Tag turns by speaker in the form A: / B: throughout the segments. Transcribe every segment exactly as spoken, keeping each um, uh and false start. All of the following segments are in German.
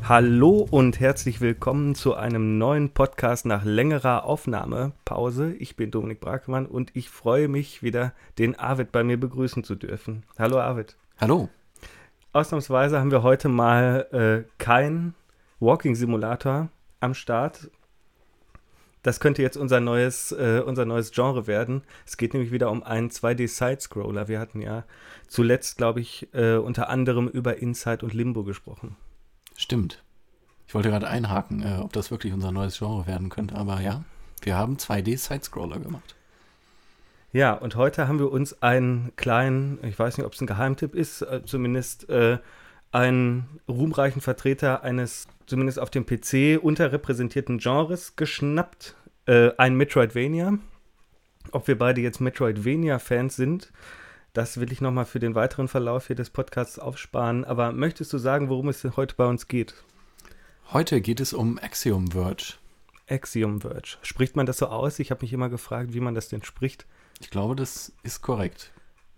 A: Hallo und herzlich willkommen zu einem neuen Podcast nach längerer Aufnahmepause. Ich bin Dominik Brakemann und ich freue mich wieder, den Arvid bei mir begrüßen zu dürfen. Hallo Arvid.
B: Hallo.
A: Ausnahmsweise haben wir heute mal äh, keinen Walking-Simulator am Start. Das könnte jetzt unser neues, äh, unser neues Genre werden. Es geht nämlich wieder um einen zwei D-Side-Scroller. Wir hatten ja zuletzt, glaube ich, äh, unter anderem über Inside und Limbo gesprochen.
B: Stimmt. Ich wollte gerade einhaken, äh, ob das wirklich unser neues Genre werden könnte. Aber ja, wir haben zwei D-Side-Scroller gemacht.
A: Ja, und heute haben wir uns einen kleinen, ich weiß nicht, ob es ein Geheimtipp ist, äh, zumindest äh, einen ruhmreichen Vertreter eines, zumindest auf dem P C, unterrepräsentierten Genres geschnappt. Äh, ein Metroidvania. Ob wir beide jetzt Metroidvania-Fans sind, das will ich nochmal für den weiteren Verlauf hier des Podcasts aufsparen. Aber möchtest du sagen, worum es heute bei uns geht?
B: Heute geht es um Axiom Verge.
A: Axiom Verge. Spricht man das so aus? Ich habe mich immer gefragt, wie man das denn spricht.
B: Ich glaube, das ist korrekt.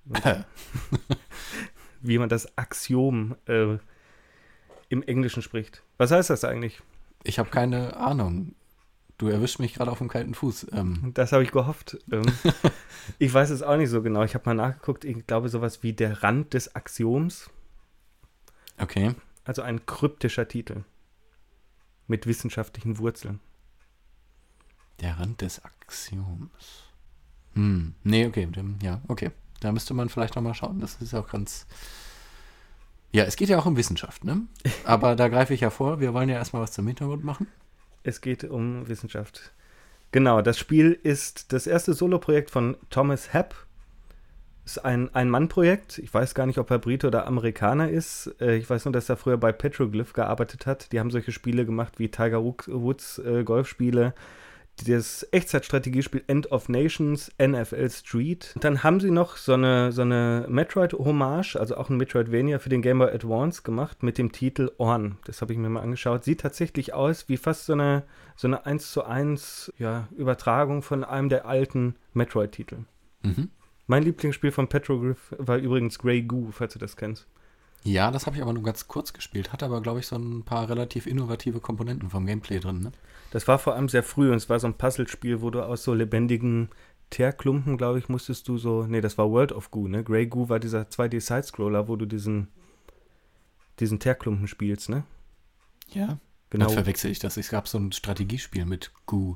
A: Wie man das Axiom äh, im Englischen spricht. Was heißt das eigentlich?
B: Ich habe keine Ahnung. Du erwischst mich gerade auf dem kalten Fuß. Ähm.
A: Das habe ich gehofft. Ähm, ich weiß es auch nicht so genau. Ich habe mal nachgeguckt. Ich glaube, sowas wie der Rand des Axioms.
B: Okay.
A: Also ein kryptischer Titel. Mit wissenschaftlichen Wurzeln.
B: Der Rand des Axioms. Hm. Nee, okay. Ja, okay. Da müsste man vielleicht noch mal schauen. Das ist auch ganz... Ja, es geht ja auch um Wissenschaft, ne? Aber da greife ich ja vor. Wir wollen ja erstmal was zum Hintergrund machen.
A: Es geht um Wissenschaft. Genau, das Spiel ist das erste Soloprojekt von Thomas Happ. Ist ein Ein-Mann-Projekt. Ich weiß gar nicht, ob er Brite oder Amerikaner ist. Ich weiß nur, dass er früher bei Petroglyph gearbeitet hat. Die haben solche Spiele gemacht wie Tiger Woods äh, Golfspiele, das Echtzeitstrategiespiel End of Nations, N F L Street. Und dann haben sie noch so eine, so eine Metroid-Hommage, also auch ein Metroidvania für den Game Boy Advance gemacht mit dem Titel Orn. Das habe ich mir mal angeschaut. Sieht tatsächlich aus wie fast so eine, so eine eins zu eins ja, Übertragung von einem der alten Metroid-Titel.
B: Mhm.
A: Mein Lieblingsspiel von Petroglyph war übrigens Grey Goo, falls du das kennst.
B: Ja, das habe ich aber nur ganz kurz gespielt. Hatte aber, glaube ich, so ein paar relativ innovative Komponenten vom Gameplay drin, ne?
A: Das war vor allem sehr früh und es war so ein Puzzlespiel, wo du aus so lebendigen Teerklumpen, glaube ich, musstest du so, nee, das war World of Goo, ne? Grey Goo war dieser zwei D-Side-Scroller, wo du diesen, diesen Teerklumpen spielst, ne?
B: Ja,
A: genau.
B: Dann verwechsel ich das. Es gab so ein Strategiespiel mit Goo.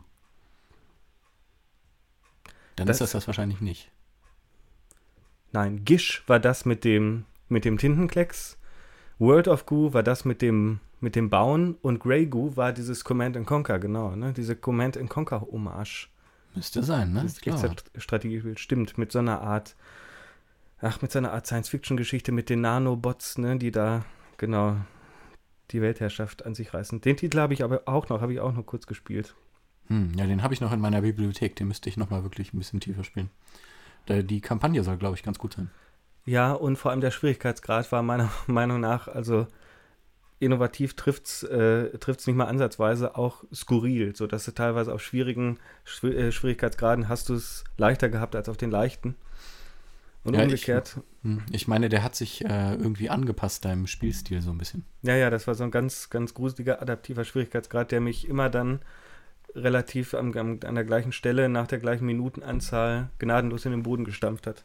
B: Dann das, ist das das wahrscheinlich nicht.
A: Nein, Gish war das mit dem, mit dem Tintenklecks. World of Goo war das mit dem, mit dem Bauen und Grey Goo war dieses Command and Conquer, genau, ne? Diese Command and Conquer Hommage.
B: Müsste sein, ne?
A: Das Strategiespiel, stimmt, mit so einer Art, ach, mit so einer Art Science-Fiction-Geschichte mit den Nanobots, ne, die da, genau, die Weltherrschaft an sich reißen. Den Titel habe ich aber auch noch, habe ich auch noch kurz gespielt.
B: Hm, ja, den habe ich noch in meiner Bibliothek, den müsste ich noch mal wirklich ein bisschen tiefer spielen. Die Kampagne soll, glaube ich, ganz gut sein.
A: Ja, und vor allem der Schwierigkeitsgrad war meiner Meinung nach, also innovativ trifft's äh, trifft's nicht mal ansatzweise, auch skurril, sodass du teilweise auf schwierigen Schw- äh, Schwierigkeitsgraden hast du es leichter gehabt als auf den leichten. Und
B: ja,
A: umgekehrt.
B: Ich, ich meine, der hat sich äh, irgendwie angepasst deinem Spielstil so ein bisschen.
A: Ja, ja, das war so ein ganz, ganz gruseliger, adaptiver Schwierigkeitsgrad, der mich immer dann relativ am, am, an der gleichen Stelle, nach der gleichen Minutenanzahl gnadenlos in den Boden gestampft hat.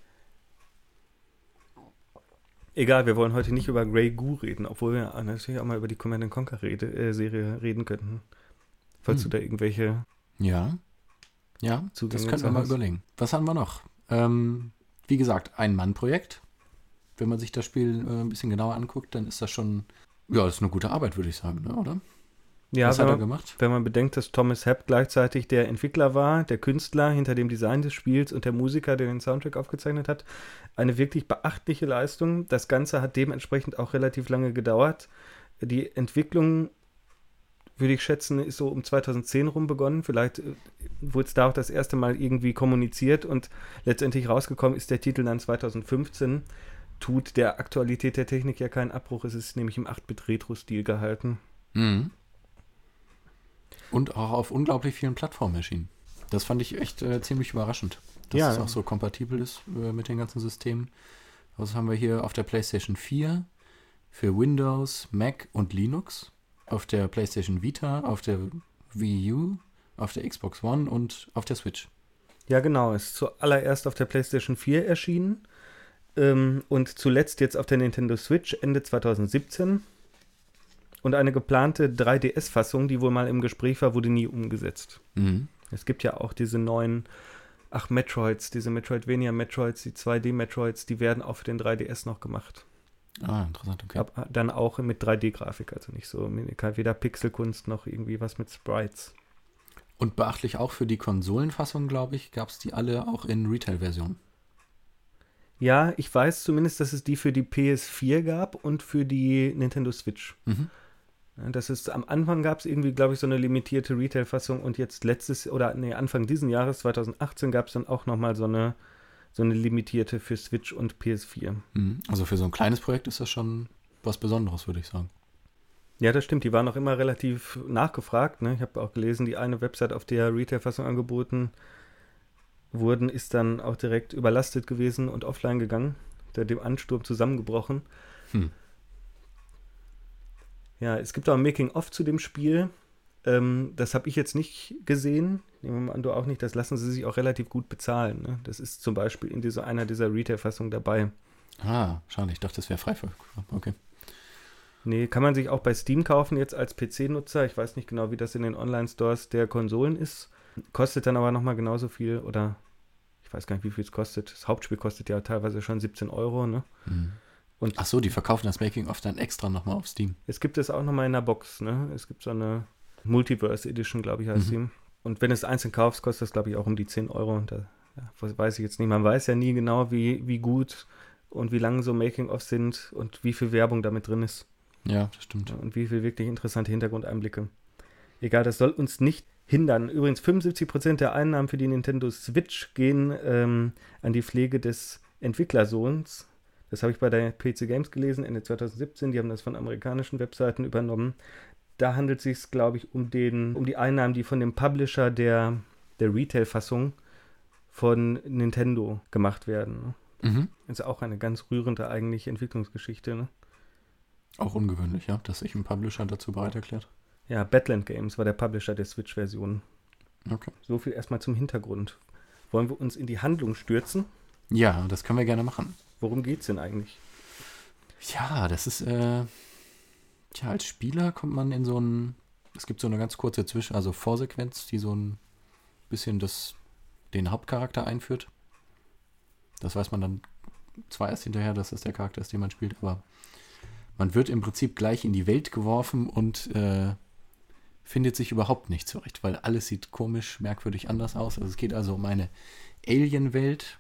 A: Egal, wir wollen heute nicht über Grey Goo reden, obwohl wir natürlich auch mal über die Command and Conquer Rede, äh, Serie reden könnten. Falls hm. du da irgendwelche
B: Ja, ja,
A: Zugänge
B: das können wir mal
A: hast.
B: überlegen. Was haben wir noch? Ähm, wie gesagt, ein Mann-Projekt. Wenn man sich das Spiel äh, ein bisschen genauer anguckt, dann ist das schon, ja, das ist eine gute Arbeit, würde ich sagen, ne, oder?
A: Ja,
B: Was
A: wenn
B: hat er
A: man,
B: gemacht?
A: wenn man bedenkt, dass Thomas Happ gleichzeitig der Entwickler war, der Künstler hinter dem Design des Spiels und der Musiker, der den Soundtrack aufgezeichnet hat. Eine wirklich beachtliche Leistung. Das Ganze hat dementsprechend auch relativ lange gedauert. Die Entwicklung, würde ich schätzen, ist so um zweitausendzehn rum begonnen. Vielleicht wurde es da auch das erste Mal irgendwie kommuniziert und letztendlich rausgekommen ist der Titel dann zweitausendfünfzehn. Tut der Aktualität der Technik ja keinen Abbruch. Es ist nämlich im acht Bit Retro-Stil gehalten.
B: Mhm. Und auch auf unglaublich vielen Plattformen erschienen. Das fand ich echt äh, ziemlich überraschend, dass
A: Ja.
B: es auch so kompatibel ist äh, mit den ganzen Systemen. Also haben wir hier auf der PlayStation vier für Windows, Mac und Linux. auf der PlayStation Vita, auf der Wii U, auf der Xbox One und auf der Switch.
A: Ja, genau. Ist zuallererst auf der PlayStation vier erschienen ähm, und zuletzt jetzt auf der Nintendo Switch Ende zwanzig siebzehn. Und eine geplante drei D S-Fassung, die wohl mal im Gespräch war, wurde nie umgesetzt.
B: Mhm.
A: Es gibt ja auch diese neuen, ach, Metroids, diese Metroidvania-Metroids, die zwei D-Metroids, die werden auch für den drei D S noch gemacht.
B: Ah, interessant, okay.
A: Aber dann auch mit drei D-Grafik, also nicht so, weder Pixelkunst noch irgendwie was mit Sprites.
B: Und beachtlich auch für die Konsolenfassung, glaube ich, gab es die alle auch in Retail-Version.
A: Ja, ich weiß zumindest, dass es die für die P S vier gab und für die Nintendo Switch.
B: Mhm.
A: Ja, das ist, am Anfang gab es irgendwie, glaube ich, so eine limitierte Retail-Fassung und jetzt letztes, oder nee, Anfang diesen Jahres, zwanzig achtzehn, gab es dann auch nochmal so eine, so eine limitierte für Switch und P S vier.
B: Mhm. Also für so ein kleines Projekt ist das schon was Besonderes, würde ich sagen.
A: Ja, das stimmt, die waren auch immer relativ nachgefragt. Ne? Ich habe auch gelesen, die eine Website, auf der Retail-Fassung angeboten wurden, ist dann auch direkt überlastet gewesen und offline gegangen, der dem Ansturm zusammengebrochen.
B: Hm.
A: Ja, es gibt auch ein Making-of zu dem Spiel. Ähm, das habe ich jetzt nicht gesehen. Nehmen wir mal an, du auch nicht. Das lassen sie sich auch relativ gut bezahlen. Ne? Das ist zum Beispiel in dieser, einer dieser Retail-Fassungen dabei.
B: Ah, schade. Ich dachte, das wäre frei verfügbar. Okay.
A: Nee, kann man sich auch bei Steam kaufen jetzt als P C-Nutzer. Ich weiß nicht genau, wie das in den Online-Stores der Konsolen ist. Kostet dann aber nochmal genauso viel oder ich weiß gar nicht, wie viel es kostet. Das Hauptspiel kostet ja teilweise schon siebzehn Euro, ne?
B: Mhm.
A: Und
B: ach so, die verkaufen das Making-of dann extra nochmal auf Steam.
A: es gibt es auch nochmal in der Box, ne? Es gibt so eine Multiverse Edition, glaube ich, heißt
B: Mhm.
A: sie. Und wenn du es einzeln kaufst, kostet das, glaube ich, auch um die zehn Euro. Und da ja, weiß ich jetzt nicht. Man weiß ja nie genau, wie, wie gut und wie lang so Making-ofs sind und wie viel Werbung damit drin ist.
B: Ja, das stimmt.
A: Und wie viel wirklich interessante Hintergrundeinblicke. Egal, das soll uns nicht hindern. Übrigens, fünfundsiebzig Prozent der Einnahmen für die Nintendo Switch gehen ähm, an die Pflege des Entwicklersohns. Das habe ich bei der P C Games gelesen, Ende zwanzig siebzehn. Die haben das von amerikanischen Webseiten übernommen. Da handelt es sich, glaube ich, um, den, um die Einnahmen, die von dem Publisher der, der Retail-Fassung von Nintendo gemacht werden.
B: Mhm.
A: Das ist auch eine ganz rührende eigentlich Entwicklungsgeschichte, ne?
B: Auch ungewöhnlich, ja, dass sich ein Publisher dazu bereit erklärt.
A: Ja, Badland Games war der Publisher der Switch-Version.
B: Okay.
A: So viel erstmal zum Hintergrund. Wollen wir uns in die Handlung stürzen?
B: Ja, das können wir gerne machen.
A: Worum geht's denn eigentlich?
B: Ja, das ist, äh, tja, als Spieler kommt man in so ein, es gibt so eine ganz kurze Zwischen-, also Vorsequenz, die so ein bisschen das, den Hauptcharakter einführt. Das weiß man dann zwar erst hinterher, dass das der Charakter ist, den man spielt, aber man wird im Prinzip gleich in die Welt geworfen und äh, findet sich überhaupt nicht zurecht, weil alles sieht komisch, merkwürdig anders aus. Also es geht also um eine Alien-Welt,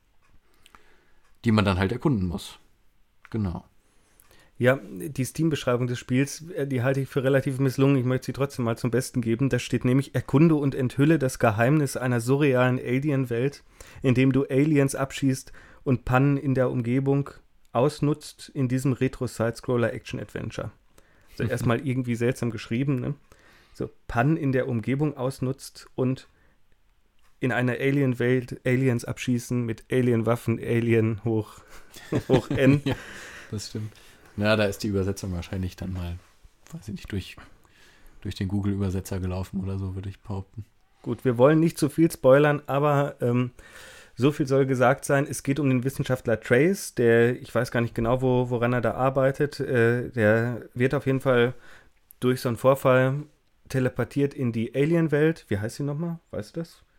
B: die man dann halt erkunden muss. Genau.
A: Ja, die Steam-Beschreibung des Spiels, die halte ich für relativ misslungen. Ich möchte sie trotzdem mal zum Besten geben. Da steht nämlich: Erkunde und enthülle das Geheimnis einer surrealen Alien-Welt, indem du Aliens abschießt und Pannen in der Umgebung ausnutzt in diesem Retro-Side-Scroller-Action-Adventure. Also erstmal irgendwie seltsam geschrieben, ne? So, Pannen in der Umgebung ausnutzt und in einer Alien-Welt Aliens abschießen mit Alien-Waffen, Alien hoch, hoch N.
B: Ja, das stimmt. Na, da ist die Übersetzung wahrscheinlich dann mal, weiß ich nicht, durch, durch den Google-Übersetzer gelaufen oder so, würde ich behaupten.
A: Gut, wir wollen nicht zu viel spoilern, aber ähm, so viel soll gesagt sein. Es geht um den Wissenschaftler Trace, der, ich weiß gar nicht genau, wo, woran er da arbeitet. Äh, der wird auf jeden Fall durch so einen Vorfall teleportiert in die Alien-Welt. Wie heißt sie nochmal? Weißt du das?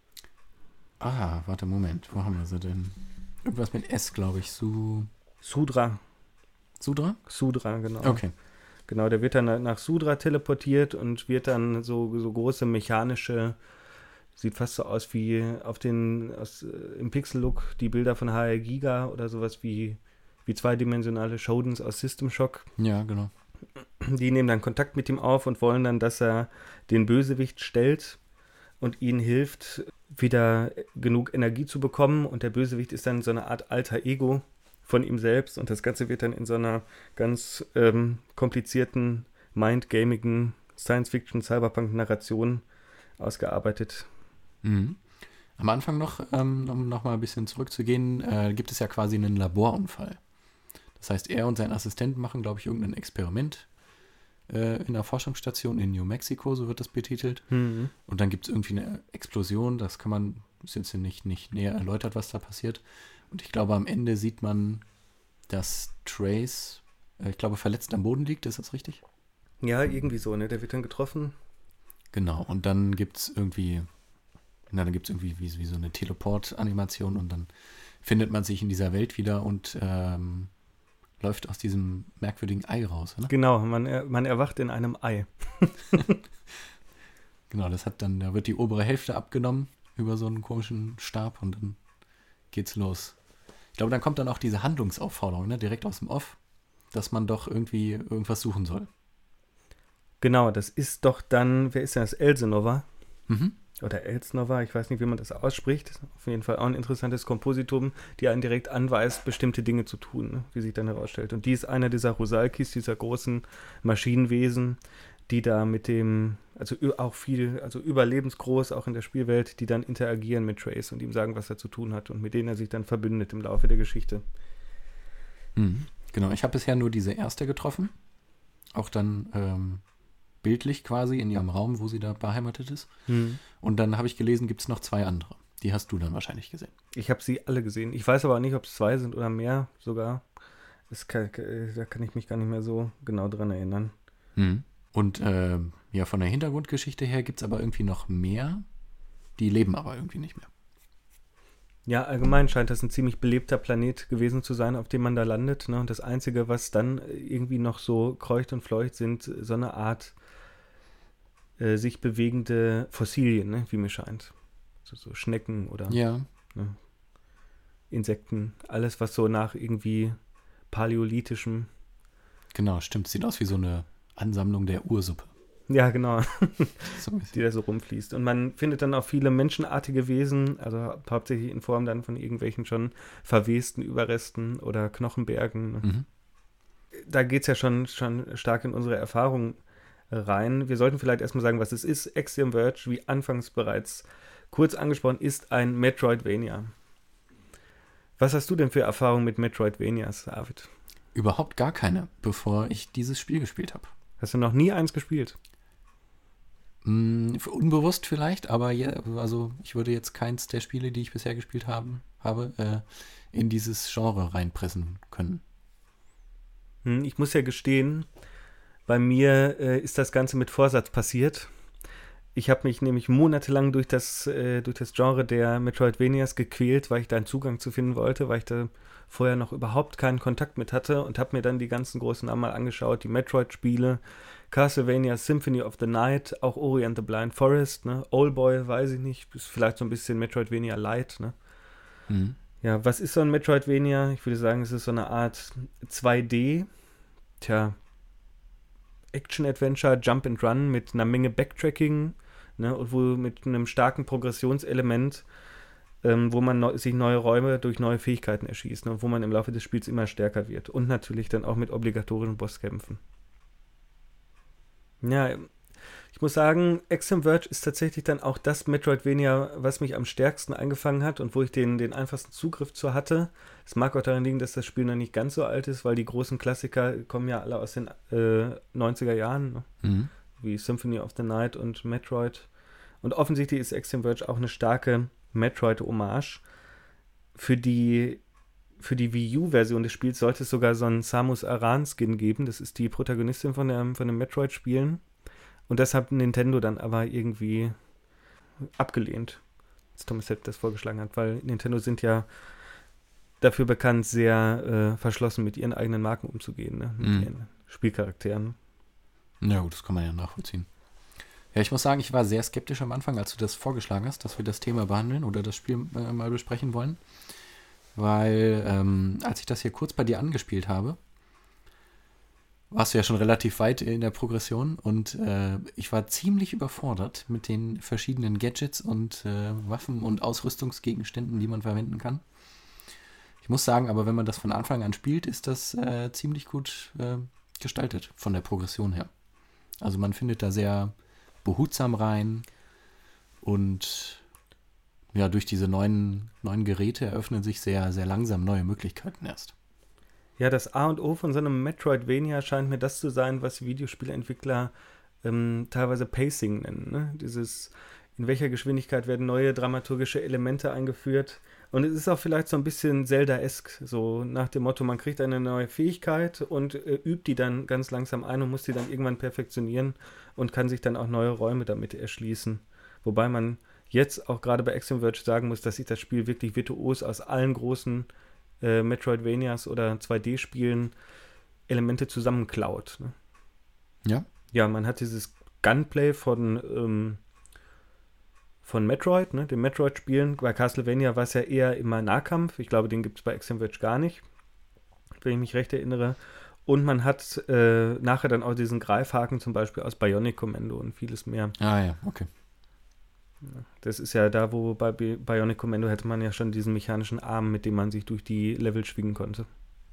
B: Ah, warte, Moment. Wo haben wir sie denn? Irgendwas mit S, glaube ich. Su...
A: Sudra.
B: Sudra?
A: Sudra, genau.
B: Okay.
A: Genau, der wird dann nach Sudra teleportiert und wird dann so, so große mechanische, sieht fast so aus wie auf den, aus, äh, im Pixel-Look, die Bilder von H R Giga oder sowas wie, wie zweidimensionale Shodens aus System Shock.
B: Ja, genau.
A: Die nehmen dann Kontakt mit ihm auf und wollen dann, dass er den Bösewicht stellt und ihnen hilft, wieder genug Energie zu bekommen. Und der Bösewicht ist dann so eine Art alter Ego von ihm selbst. Und das Ganze wird dann in so einer ganz ähm, komplizierten, mindgamigen Science-Fiction-Cyberpunk-Narration ausgearbeitet.
B: Mhm. Am Anfang noch, ähm, um noch mal ein bisschen zurückzugehen, äh, gibt es ja quasi einen Laborunfall. Das heißt, er und sein Assistent machen, glaube ich, irgendein Experiment äh, in einer Forschungsstation in New Mexico, so wird das betitelt.
A: Mhm.
B: Und dann gibt es irgendwie eine Explosion, das kann man, ist jetzt nicht, nicht näher erläutert, was da passiert. Und ich glaube, am Ende sieht man, dass Trace, äh, ich glaube, verletzt am Boden liegt, ist das richtig?
A: Ja, irgendwie so, ne? Der wird dann getroffen.
B: Genau, und dann gibt es irgendwie, na, dann gibt es irgendwie wie, wie so eine Teleport-Animation und dann findet man sich in dieser Welt wieder und ähm, läuft aus diesem merkwürdigen Ei raus, oder?
A: Genau, man, er, man erwacht in einem Ei.
B: Genau, das hat dann, da wird die obere Hälfte abgenommen über so einen komischen Stab und dann geht's los. Ich glaube, dann kommt dann auch diese Handlungsaufforderung, ne, direkt aus dem Off, dass man doch irgendwie irgendwas suchen soll.
A: Genau, das ist doch dann, wer ist denn das? Elsenova?
B: Mhm.
A: Oder Elsnova, ich weiß nicht, wie man das ausspricht. Auf jeden Fall auch ein interessantes Kompositum, die einen direkt anweist, bestimmte Dinge zu tun, ne? Wie sich dann herausstellt. Und die ist einer dieser Rosalkis, dieser großen Maschinenwesen, die da mit dem, also auch viel, also überlebensgroß, auch in der Spielwelt, die dann interagieren mit Trace und ihm sagen, was er zu tun hat und mit denen er sich dann verbündet im Laufe der Geschichte.
B: Mhm. Genau, ich habe bisher nur diese erste getroffen. Auch dann ähm, bildlich quasi in ihrem Raum, wo sie da beheimatet ist.
A: Mhm.
B: Und dann habe ich gelesen, gibt es noch zwei andere. Die hast du dann wahrscheinlich gesehen.
A: Ich habe sie alle gesehen. Ich weiß aber auch nicht, ob es zwei sind oder mehr sogar. Das kann, da kann ich mich gar nicht mehr so genau dran erinnern.
B: Mhm. Und äh, ja, von der Hintergrundgeschichte her gibt es aber irgendwie noch mehr. Die leben aber irgendwie nicht mehr.
A: Ja, allgemein scheint das ein ziemlich belebter Planet gewesen zu sein, auf dem man da landet. Ne? Und das Einzige, was dann irgendwie noch so kreucht und fleucht, sind so eine Art äh, sich bewegende Fossilien, ne? Wie mir scheint. So, so Schnecken oder
B: Ja.
A: ne? Insekten. Alles, was so nach irgendwie paläolithischem.
B: Genau, stimmt. Sieht aus wie so eine Ansammlung der Ursuppe.
A: Ja, genau.
B: So ein
A: Die
B: bisschen.
A: da so rumfließt. Und man findet dann auch viele menschenartige Wesen, also hauptsächlich in Form dann von irgendwelchen schon verwesten Überresten oder Knochenbergen.
B: Mhm.
A: Da geht es ja schon, schon stark in unsere Erfahrung rein. Wir sollten vielleicht erstmal sagen, was es ist. Axiom Verge, wie anfangs bereits kurz angesprochen, ist ein Metroidvania. Was hast du denn für Erfahrungen mit Metroidvanias, David?
B: Überhaupt gar keine, bevor ich dieses Spiel gespielt habe.
A: Hast du noch nie eins gespielt?
B: Hm, unbewusst vielleicht, aber ja, also ich würde jetzt keins der Spiele, die ich bisher gespielt haben, habe, äh, in dieses Genre reinpressen können.
A: Hm, ich muss ja gestehen, bei mir äh, ist das Ganze mit Vorsatz passiert. Ich habe mich nämlich monatelang durch das, äh, durch das Genre der Metroidvanias gequält, weil ich da einen Zugang zu finden wollte, weil ich da vorher noch überhaupt keinen Kontakt mit hatte und habe mir dann die ganzen großen Namen mal angeschaut, die Metroid-Spiele, Castlevania Symphony of the Night, auch Ori and the Blind Forest, ne? Oldboy, weiß ich nicht, ist vielleicht so ein bisschen Metroidvania Light, ne?
B: Mhm.
A: Ja, was ist so ein Metroidvania? Ich würde sagen, es ist so eine Art zwei D, tja, Action-Adventure, Jump and Run mit einer Menge Backtracking, ne, und wo mit einem starken Progressionselement, ähm, wo man neu, sich neue Räume durch neue Fähigkeiten erschießt, ne, und wo man im Laufe des Spiels immer stärker wird. Und natürlich dann auch mit obligatorischen Bosskämpfen. Ja, ich muss sagen, Axiom Verge ist tatsächlich dann auch das Metroidvania, was mich am stärksten eingefangen hat und wo ich den, den einfachsten Zugriff zu hatte. Es mag auch daran liegen, dass das Spiel noch nicht ganz so alt ist, weil die großen Klassiker kommen ja alle aus den äh, neunziger Jahren, ne?
B: Mhm.
A: Wie Symphony of the Night und Metroid. Und offensichtlich ist Axiom Verge auch eine starke Metroid-Hommage. Für die, für die Wii U-Version des Spiels sollte es sogar so einen Samus Aran-Skin geben. Das ist die Protagonistin von, der, von den Metroid-Spielen. Und das hat Nintendo dann aber irgendwie abgelehnt, als Thomas Head das vorgeschlagen hat, weil Nintendo sind ja dafür bekannt, sehr äh, verschlossen mit ihren eigenen Marken umzugehen, ne? Mit
B: Mhm.
A: ihren Spielcharakteren.
B: Ja gut, das kann man ja nachvollziehen. Ja, ich muss sagen, ich war sehr skeptisch am Anfang, als du das vorgeschlagen hast, dass wir das Thema behandeln oder das Spiel äh, mal besprechen wollen. Weil, ähm, als ich das hier kurz bei dir angespielt habe, warst du ja schon relativ weit in der Progression und äh, ich war ziemlich überfordert mit den verschiedenen Gadgets und äh, Waffen und Ausrüstungsgegenständen, die man verwenden kann. Ich muss sagen, aber wenn man das von Anfang an spielt, ist das äh, ziemlich gut äh, gestaltet von der Progression her. Also man findet da sehr behutsam rein und ja, durch diese neuen, neuen Geräte eröffnen sich sehr, sehr langsam neue Möglichkeiten erst.
A: Ja, das A und O von so einem Metroidvania scheint mir das zu sein, was Videospielentwickler ähm, teilweise Pacing nennen. Ne? Dieses, in welcher Geschwindigkeit werden neue dramaturgische Elemente eingeführt. Und es ist auch vielleicht so ein bisschen Zelda-esk, so nach dem Motto, man kriegt eine neue Fähigkeit und äh, übt die dann ganz langsam ein und muss die dann irgendwann perfektionieren und kann sich dann auch neue Räume damit erschließen. Wobei man jetzt auch gerade bei Axiom Verge sagen muss, dass sich das Spiel wirklich virtuos aus allen großen äh, Metroidvanias oder zwei D-Spielen Elemente zusammenklaut. Ne?
B: Ja.
A: Ja, man hat dieses Gunplay von, ähm, von Metroid, ne, dem Metroid-Spielen. Bei Castlevania war es ja eher immer Nahkampf. Ich glaube, den gibt es bei Axiom Verge gar nicht, wenn ich mich recht erinnere. Und man hat äh, nachher dann auch diesen Greifhaken zum Beispiel aus Bionic Commando und vieles mehr.
B: Ah ja, okay.
A: Das ist ja da, wo bei Bi- Bionic Commando hätte man ja schon diesen mechanischen Arm, mit dem man sich durch die Level schwingen konnte.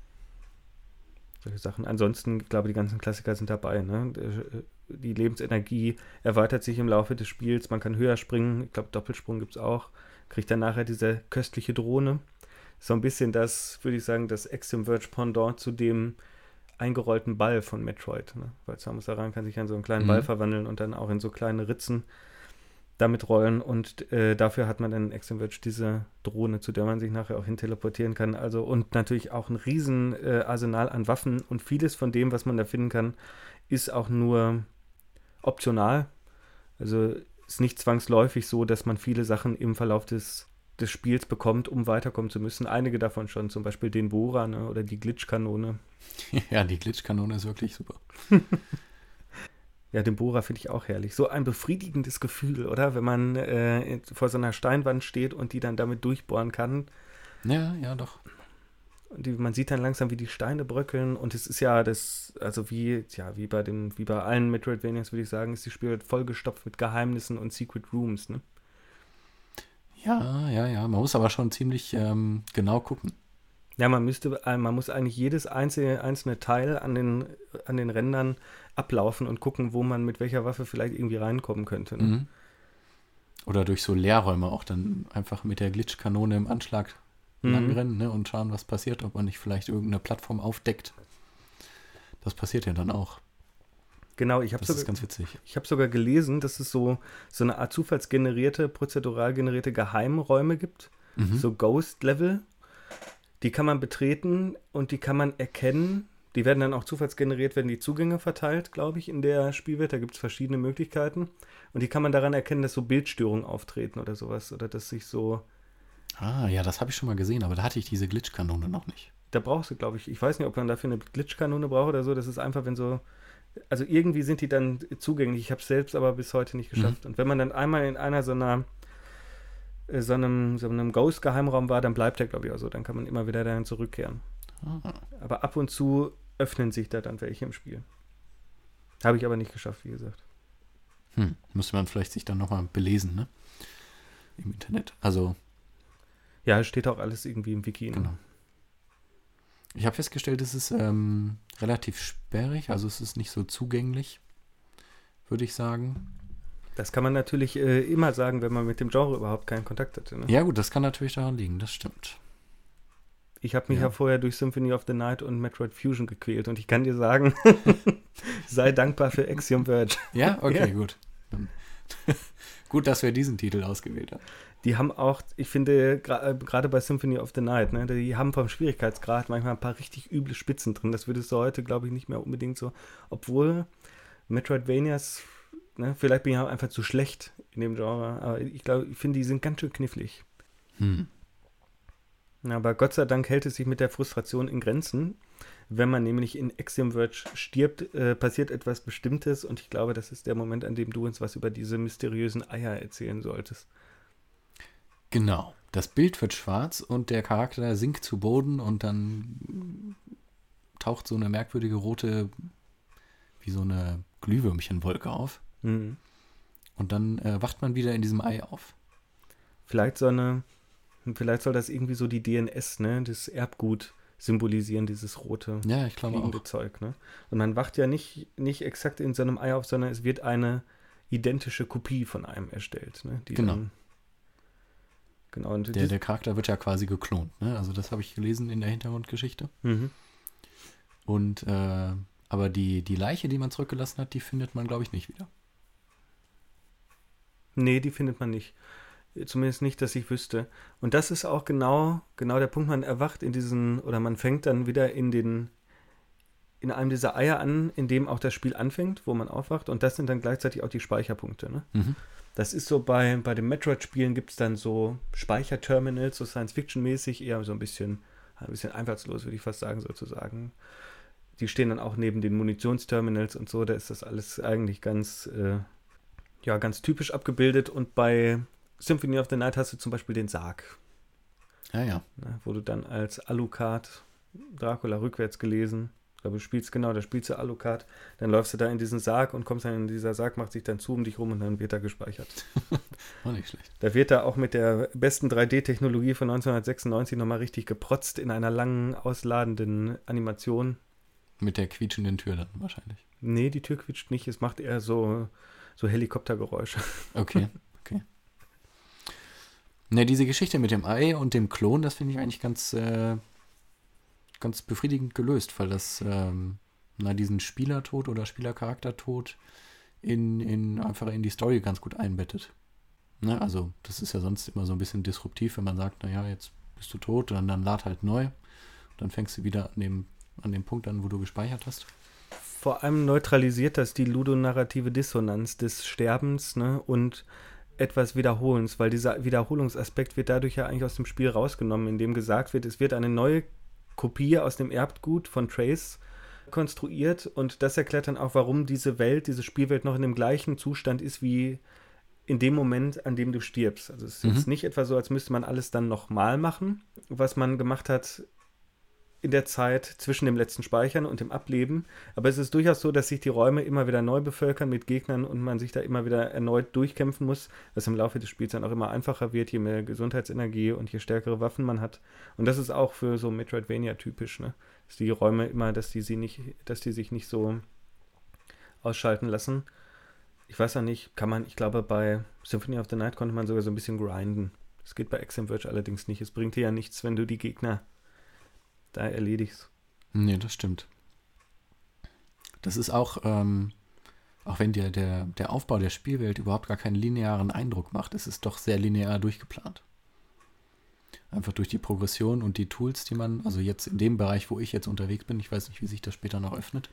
A: Solche Sachen. Ansonsten, ich glaube, die ganzen Klassiker sind dabei. Ne? Die Lebensenergie erweitert sich im Laufe des Spiels. Man kann höher springen. Ich glaube, Doppelsprung gibt es auch. Kriegt dann nachher diese köstliche Drohne. So ein bisschen das, würde ich sagen, das Axiom Verge Pendant zu dem eingerollten Ball von Metroid. Ne? Weil Samus Aran kann sich in so einen kleinen
B: Mhm.
A: Ball verwandeln und dann auch in so kleine Ritzen damit rollen. Und äh, dafür hat man dann in Axiom Verge diese Drohne, zu der man sich nachher auch hin teleportieren kann. Also und natürlich auch ein riesen äh, Arsenal an Waffen. Und vieles von dem, was man da finden kann, ist auch nur optional. Also ist nicht zwangsläufig so, dass man viele Sachen im Verlauf des, des Spiels bekommt, um weiterkommen zu müssen. Einige davon schon, zum Beispiel den Bohrer, ne, oder die Glitchkanone.
B: Ja, die Glitchkanone ist wirklich super.
A: Ja, den Bohrer finde ich auch herrlich. So ein befriedigendes Gefühl, oder? Wenn man äh, vor so einer Steinwand steht und die dann damit durchbohren kann.
B: Ja, ja, doch.
A: Und die, man sieht dann langsam, wie die Steine bröckeln. Und es ist ja das, also wie, ja, wie bei dem, wie bei allen Metroidvanias, würde ich sagen, ist die Spiel vollgestopft mit Geheimnissen und Secret Rooms, ne?
B: Ja, ja, ja. Man muss aber schon ziemlich ähm, genau gucken.
A: Ja, man müsste, äh, man muss eigentlich jedes einzelne, einzelne Teil an den, an den Rändern ablaufen und gucken, wo man mit welcher Waffe vielleicht irgendwie reinkommen könnte. Ne?
B: Mhm. Oder durch so Leerräume auch dann einfach mit der Glitchkanone im Anschlag
A: Mhm.
B: langrennen, ne, und schauen, was passiert, ob man nicht vielleicht irgendeine Plattform aufdeckt. Das passiert ja dann auch.
A: Genau, ich habe
B: Das ist
A: sogar,
B: ganz witzig.
A: ich hab sogar gelesen, dass es so, so eine Art zufallsgenerierte, prozedural generierte Geheimräume gibt.
B: Mhm.
A: So Ghost-Level. Die kann man betreten und die kann man erkennen. Die werden dann auch zufallsgeneriert, werden die Zugänge verteilt, glaube ich, in der Spielwelt. Da gibt es verschiedene Möglichkeiten. Und die kann man daran erkennen, dass so Bildstörungen auftreten oder sowas. Oder dass sich so.
B: Ah, ja, das habe ich schon mal gesehen, aber da hatte ich diese Glitchkanone noch nicht.
A: Da brauchst du, glaube ich, ich weiß nicht, ob man dafür eine Glitchkanone braucht oder so. Das ist einfach, wenn so. Also irgendwie sind die dann zugänglich. Ich habe es selbst aber bis heute nicht geschafft.
B: Mhm.
A: Und wenn man dann einmal in einer so einer. so einem, so einem Ghost-Geheimraum war, dann bleibt der, glaube ich, auch so. Dann kann man immer wieder dahin zurückkehren.
B: Ah.
A: Aber ab und zu öffnen sich da dann welche im Spiel. Habe ich aber nicht geschafft, wie gesagt.
B: Hm. Müsste man vielleicht sich dann nochmal belesen, ne? Im Internet. Also,
A: Ja, es steht auch alles irgendwie im Wiki. Ne?
B: genau. Ich habe festgestellt, es ist ähm, relativ sperrig, also es ist nicht so zugänglich, würde ich sagen.
A: Das kann man natürlich äh, immer sagen, wenn man mit dem Genre überhaupt keinen Kontakt hatte. Ne?
B: Ja gut, das kann natürlich daran liegen, das stimmt.
A: Ich habe mich ja.
B: Ja.
A: ja vorher durch Symphony of the Night und Metroid Fusion gequält und ich kann dir sagen, sei dankbar für Axiom Verge.
B: Ja, okay,
A: Ja.
B: gut. Dann gut, dass wir diesen Titel ausgewählt haben.
A: Die haben auch, ich finde, gra- äh, gerade bei Symphony of the Night, ne, die haben vom Schwierigkeitsgrad manchmal ein paar richtig üble Spitzen drin. Das würdest du heute, glaube ich, nicht mehr unbedingt so. Obwohl Metroidvanias, ne, vielleicht bin ich auch einfach zu schlecht in dem Genre, aber ich glaube, ich finde, die sind ganz schön knifflig.
B: Hm.
A: Ja, aber Gott sei Dank hält es sich mit der Frustration in Grenzen. Wenn man nämlich in Axiom Verge stirbt, äh, passiert etwas Bestimmtes und ich glaube, das ist der Moment, an dem du uns was über diese mysteriösen Eier erzählen solltest.
B: Genau. Das Bild wird schwarz und der Charakter sinkt zu Boden und dann taucht so eine merkwürdige rote, wie so eine Glühwürmchenwolke auf.
A: Mhm.
B: Und dann äh, wacht man wieder in diesem Ei auf.
A: Vielleicht so eine, vielleicht soll das irgendwie so die D N S, ne, das Erbgut symbolisieren, dieses rote
B: Ja, ich glaube
A: fliegende
B: auch.
A: Zeug, ne? Und man wacht ja nicht, nicht exakt in so einem Ei auf, sondern es wird eine identische Kopie von einem erstellt, ne? Die
B: Genau.
A: Dann, genau. Und
B: Der,
A: dies-
B: der Charakter wird ja quasi geklont. Ne? Also das habe ich gelesen in der Hintergrundgeschichte.
A: mhm.
B: Und äh, aber die, die Leiche, die man zurückgelassen hat, die findet man, glaube ich, nicht wieder.
A: Nee, die findet man nicht. Zumindest nicht, dass ich wüsste. Und das ist auch genau, genau der Punkt, man erwacht in diesen, oder man fängt dann wieder in den, in einem dieser Eier an, in dem auch das Spiel anfängt, wo man aufwacht. Und das sind dann gleichzeitig auch die Speicherpunkte. Ne?
B: Mhm.
A: Das ist so bei, bei den Metroid-Spielen gibt es dann so Speicherterminals, so Science-Fiction-mäßig, eher so ein bisschen, ein bisschen einfallslos, würde ich fast sagen, sozusagen. Die stehen dann auch neben den Munitionsterminals und so, da ist das alles eigentlich ganz, äh, ja, ganz typisch abgebildet. Und bei Symphony of the Night hast du zum Beispiel den Sarg,
B: Ja, ja.
A: ne, wo du dann als Alucard Dracula rückwärts gelesen, ich glaube, du spielst, genau, da spielst du Alucard, dann läufst du da in diesen Sarg und kommst dann in dieser Sarg, macht sich dann zu um dich rum und dann wird er gespeichert.
B: Auch nicht schlecht.
A: Da wird da auch mit der besten drei D-Technologie von neunzehnhundertsechsundneunzig nochmal richtig geprotzt in einer langen, ausladenden Animation.
B: Mit der quietschenden Tür dann wahrscheinlich.
A: Nee, die Tür quietscht nicht, es macht eher so, so Helikoptergeräusche.
B: Okay, okay. Ne, diese Geschichte mit dem Ei und dem Klon, das finde ich eigentlich ganz, äh, ganz befriedigend gelöst, weil das ähm, na, diesen Spielertod oder Spielercharaktertod in, in, einfach in die Story ganz gut einbettet. Ne, also das ist ja sonst immer so ein bisschen disruptiv, wenn man sagt, naja, jetzt bist du tot, dann, dann lad halt neu. Dann fängst du wieder an dem, an dem Punkt an, wo du gespeichert hast.
A: Vor allem neutralisiert das die ludonarrative Dissonanz des Sterbens, ne, und etwas Wiederholens, weil dieser Wiederholungsaspekt wird dadurch ja eigentlich aus dem Spiel rausgenommen, indem gesagt wird, es wird eine neue Kopie aus dem Erbgut von Trace konstruiert und das erklärt dann auch, warum diese Welt, diese Spielwelt noch in dem gleichen Zustand ist wie in dem Moment, an dem du stirbst. Also es ist
B: Mhm.
A: jetzt nicht etwa so, als müsste man alles dann nochmal machen, was man gemacht hat in der Zeit zwischen dem letzten Speichern und dem Ableben. Aber es ist durchaus so, dass sich die Räume immer wieder neu bevölkern mit Gegnern und man sich da immer wieder erneut durchkämpfen muss, was im Laufe des Spiels dann auch immer einfacher wird, je mehr Gesundheitsenergie und je stärkere Waffen man hat. Und das ist auch für so Metroidvania typisch, ne? Dass die Räume immer, dass die sie nicht, dass die sich nicht so ausschalten lassen. Ich weiß ja nicht, kann man, ich glaube, bei Symphony of the Night konnte man sogar so ein bisschen grinden. Das geht bei Axiom Verge allerdings nicht. Es bringt dir ja nichts, wenn du die Gegner da erledigst.
B: Nee, das stimmt. Das ist auch, ähm, auch wenn dir der, der Aufbau der Spielwelt überhaupt gar keinen linearen Eindruck macht, ist es doch sehr linear durchgeplant. Einfach durch die Progression und die Tools, die man, also jetzt in dem Bereich, wo ich jetzt unterwegs bin, ich weiß nicht, wie sich das später noch öffnet.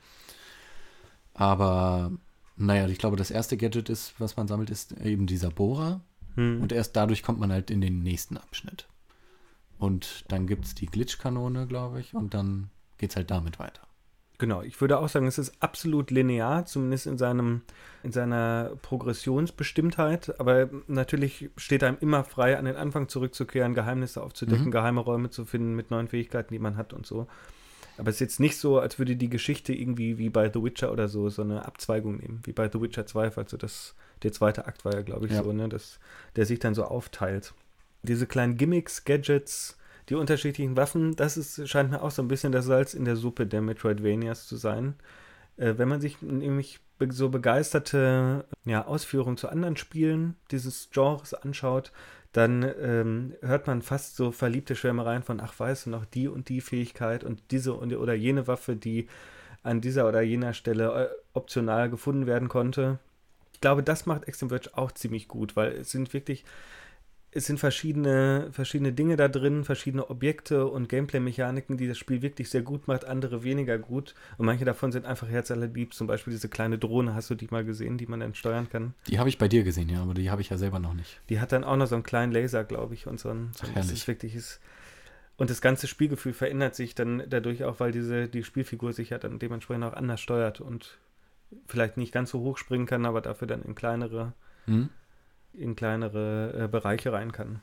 B: Aber, naja, ich glaube, das erste Gadget ist, was man sammelt, ist eben dieser Bohrer.
A: Hm.
B: Und erst dadurch kommt man halt in den nächsten Abschnitt. Und dann gibt es die Glitch-Kanone, glaube ich, und dann geht es halt damit weiter.
A: Genau, ich würde auch sagen, es ist absolut linear, zumindest in seinem, in seiner Progressionsbestimmtheit, aber natürlich steht einem immer frei, an den Anfang zurückzukehren, Geheimnisse aufzudecken,
B: Mhm.
A: geheime Räume zu finden mit neuen Fähigkeiten, die man hat und so. Aber es ist jetzt nicht so, als würde die Geschichte irgendwie wie bei The Witcher oder so so eine Abzweigung nehmen, wie bei The Witcher zwei, also das, der zweite Akt war ja, glaube ich,
B: Ja.
A: so, ne, dass der sich dann so aufteilt. Diese kleinen Gimmicks, Gadgets, die unterschiedlichen Waffen, das ist, scheint mir auch so ein bisschen das Salz in der Suppe der Metroidvanias zu sein. Äh, wenn man sich nämlich be- so begeisterte ja, Ausführungen zu anderen Spielen dieses Genres anschaut, dann ähm, hört man fast so verliebte Schwärmereien von, ach, weißt du noch, die und die Fähigkeit und diese und, oder jene Waffe, die an dieser oder jener Stelle äh, optional gefunden werden konnte. Ich glaube, das macht Axiom Verge auch ziemlich gut, weil es sind wirklich Es sind verschiedene, verschiedene Dinge da drin, verschiedene Objekte und Gameplay-Mechaniken, die das Spiel wirklich sehr gut macht, andere weniger gut. Und manche davon sind einfach herzallerlieb. Zum Beispiel diese kleine Drohne, hast du die mal gesehen, die man dann steuern kann?
B: Die habe ich bei dir gesehen, ja, aber die habe ich ja selber noch nicht.
A: Die hat dann auch noch so einen kleinen Laser, glaube ich, und so ein, so ein
B: Ach,
A: das
B: herrlich.
A: ist wirklich ist. Und das ganze Spielgefühl verändert sich dann dadurch auch, weil diese, die Spielfigur sich ja dann dementsprechend auch anders steuert und vielleicht nicht ganz so hoch springen kann, aber dafür dann in kleinere,
B: Hm?
A: in kleinere äh, Bereiche rein kann.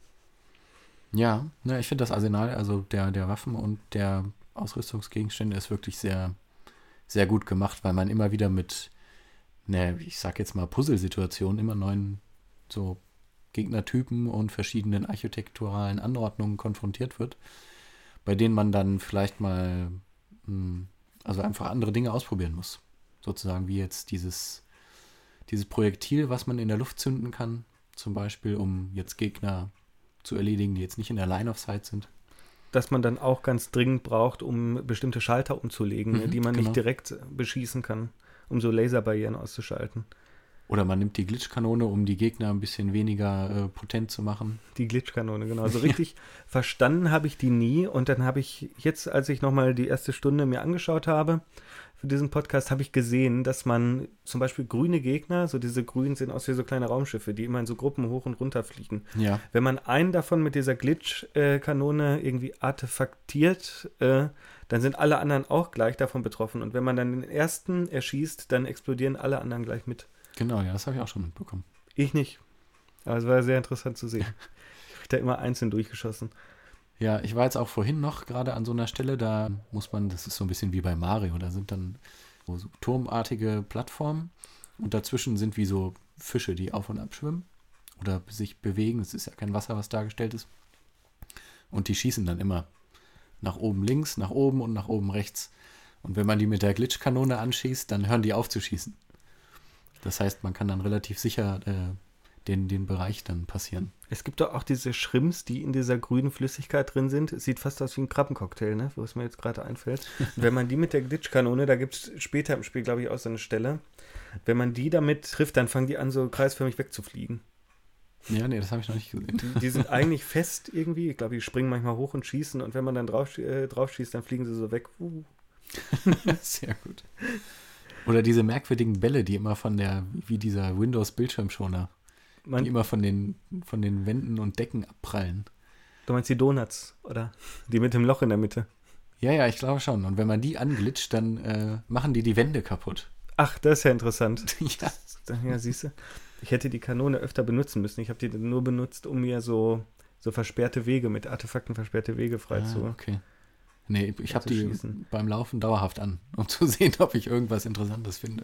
B: Ja, ne, ich finde das Arsenal, also der, der Waffen und der Ausrüstungsgegenstände ist wirklich sehr, sehr gut gemacht, weil man immer wieder mit, ne, ich sag jetzt mal Puzzlesituationen, immer neuen so Gegnertypen und verschiedenen architekturalen Anordnungen konfrontiert wird, bei denen man dann vielleicht mal, mh, also einfach andere Dinge ausprobieren muss. Sozusagen wie jetzt dieses, dieses Projektil, was man in der Luft zünden kann, zum Beispiel, um jetzt Gegner zu erledigen, die jetzt nicht in der Line of Sight sind.
A: das man dann auch ganz dringend braucht, um bestimmte Schalter umzulegen,
B: Mhm,
A: ne, die man
B: genau.
A: nicht direkt beschießen kann, um so Laserbarrieren auszuschalten.
B: Oder man nimmt die Glitchkanone, um die Gegner ein bisschen weniger äh, potent zu machen.
A: Die Glitchkanone, genau. So richtig verstanden habe ich die nie. Und dann habe ich jetzt, als ich nochmal die erste Stunde mir angeschaut habe für diesen Podcast, habe ich gesehen, dass man zum Beispiel grüne Gegner, so diese grünen sehen aus wie so kleine Raumschiffe, die immer in so Gruppen hoch und runter fliegen.
B: Ja.
A: Wenn man einen davon mit dieser Glitch-Kanone irgendwie artefaktiert, äh, dann sind alle anderen auch gleich davon betroffen. Und wenn man dann den ersten erschießt, dann explodieren alle anderen gleich mit.
B: Genau, ja, das habe ich auch schon mitbekommen.
A: Ich nicht. Aber es war sehr interessant zu sehen. Ich habe da immer einzeln durchgeschossen.
B: Ja, ich war jetzt auch vorhin noch gerade an so einer Stelle, da muss man, das ist so ein bisschen wie bei Mario, da sind dann so, so turmartige Plattformen und dazwischen sind wie so Fische, die auf und ab schwimmen oder sich bewegen. Es ist ja kein Wasser, was dargestellt ist. Und die schießen dann immer nach oben links, nach oben und nach oben rechts. Und wenn man die mit der Glitchkanone anschießt, dann hören die auf zu schießen. Das heißt, man kann dann relativ sicher äh, den, den Bereich dann passieren.
A: Es gibt doch auch diese Shrimps, die in dieser grünen Flüssigkeit drin sind. Es sieht fast aus wie ein Krabbencocktail, ne? Wo es mir jetzt gerade einfällt. Und wenn man die mit der Glitchkanone, da gibt es später im Spiel, glaube ich, auch so eine Stelle, wenn man die damit trifft, dann fangen die an, so kreisförmig wegzufliegen.
B: Ja, nee, das habe ich noch nicht gesehen.
A: Die, die sind eigentlich fest irgendwie. Ich glaube, die springen manchmal hoch und schießen. Und wenn man dann drauf, äh, drauf schießt, dann fliegen sie so weg. Uh.
B: Sehr gut. Oder diese merkwürdigen Bälle, die immer von der, wie dieser Windows-Bildschirmschoner,
A: Man,
B: die immer von den, von den Wänden und Decken abprallen.
A: Du meinst die Donuts, oder? Die mit dem Loch in der Mitte.
B: Ja, ja, ich glaube schon. Und wenn man die anglitscht, dann äh, machen die die Wände kaputt.
A: Ach, das ist ja interessant.
B: Ja.
A: Ja, siehst du. Ich hätte die Kanone öfter benutzen müssen. Ich habe die nur benutzt, um mir so, so versperrte Wege, mit Artefakten versperrte Wege frei
B: Ah,
A: zu.
B: okay. Nee, ich habe
A: zu
B: die
A: schießen.
B: beim Laufen dauerhaft an, um zu sehen, ob ich irgendwas Interessantes finde.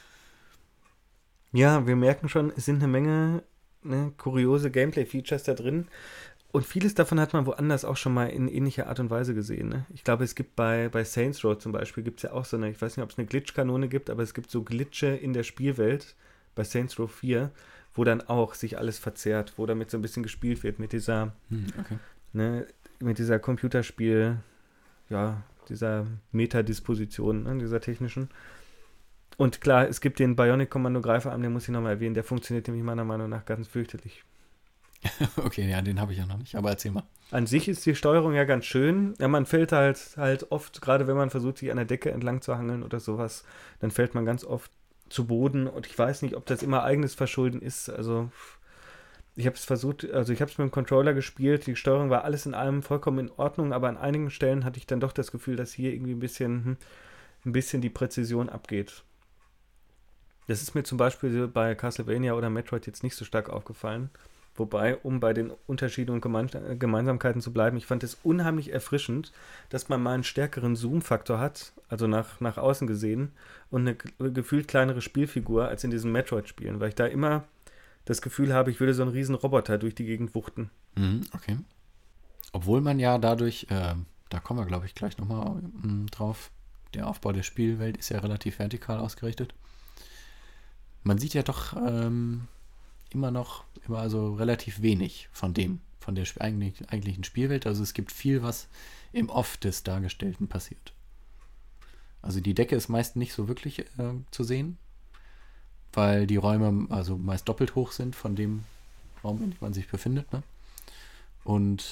A: Ja, wir merken schon, es sind eine Menge ne, kuriose Gameplay-Features da drin. Und vieles davon hat man woanders auch schon mal in ähnlicher Art und Weise gesehen. Ne? Ich glaube, es gibt bei, bei Saints Row zum Beispiel, gibt es ja auch so eine, ich weiß nicht, ob es eine Glitch-Kanone gibt, aber es gibt so Glitche in der Spielwelt bei Saints Row vier, wo dann auch sich alles verzerrt, wo damit so ein bisschen gespielt wird mit dieser,
B: Hm, okay.
A: ne, mit dieser Computerspiel, ja, dieser Metadisposition, ne, dieser technischen. Und klar, es gibt den Bionic-Kommando-Greiferarm, den muss ich nochmal erwähnen, der funktioniert nämlich meiner Meinung nach ganz fürchterlich.
B: Okay, ja, den habe ich ja noch nicht, aber erzähl mal.
A: An sich ist die Steuerung ja ganz schön. Ja, man fällt halt halt oft, gerade wenn man versucht, sich an der Decke entlang zu hangeln oder sowas, dann fällt man ganz oft zu Boden. Und ich weiß nicht, ob das immer eigenes Verschulden ist. Also ich habe es versucht, also ich habe es mit dem Controller gespielt. Die Steuerung war alles in allem vollkommen in Ordnung, aber an einigen Stellen hatte ich dann doch das Gefühl, dass hier irgendwie ein bisschen, hm, ein bisschen die Präzision abgeht. Das ist mir zum Beispiel bei Castlevania oder Metroid jetzt nicht so stark aufgefallen. Wobei, um bei den Unterschieden und Gemein- Gemeinsamkeiten zu bleiben, ich fand es unheimlich erfrischend, dass man mal einen stärkeren Zoom-Faktor hat, also nach, nach außen gesehen, und eine g- gefühlt kleinere Spielfigur als in diesen Metroid-Spielen, weil ich da immer das Gefühl habe, ich würde so einen riesen Roboter durch die Gegend wuchten.
B: Mhm, okay. Obwohl man ja dadurch, äh, da kommen wir, glaube ich, gleich nochmal mm, drauf, der Aufbau der Spielwelt ist ja relativ vertikal ausgerichtet. Man sieht ja doch ähm, immer noch, immer also relativ wenig von dem, von der sp- eigentlich, eigentlichen Spielwelt. Also es gibt viel, was im Off des Dargestellten passiert. Also die Decke ist meist nicht so wirklich äh, zu sehen, weil die Räume also meist doppelt hoch sind von dem Raum, in dem man sich befindet. Ne? Und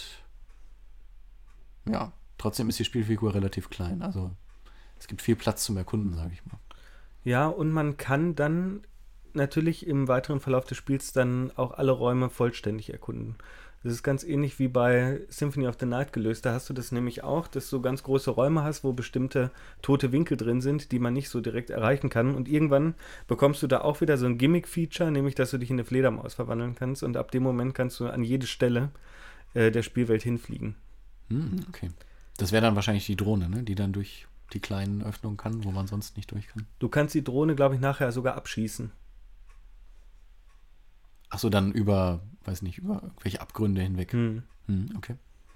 B: ja, trotzdem ist die Spielfigur relativ klein. Also es gibt viel Platz zum Erkunden, sage ich mal.
A: Ja, und man kann dann natürlich im weiteren Verlauf des Spiels dann auch alle Räume vollständig erkunden. Das ist ganz ähnlich wie bei Symphony of the Night gelöst. Da hast du das nämlich auch, dass du ganz große Räume hast, wo bestimmte tote Winkel drin sind, die man nicht so direkt erreichen kann. Und irgendwann bekommst du da auch wieder so ein Gimmick-Feature, nämlich dass du dich in eine Fledermaus verwandeln kannst. Und ab dem Moment kannst du an jede Stelle äh, der Spielwelt hinfliegen.
B: Hm, okay. Das wäre dann wahrscheinlich die Drohne, ne? Die dann durch die kleinen Öffnungen kann, wo man sonst nicht durch kann.
A: Du kannst die Drohne, glaube ich, nachher sogar abschießen.
B: Achso, dann über, weiß nicht, über irgendwelche Abgründe hinweg.
A: Hm.
B: Hm, okay.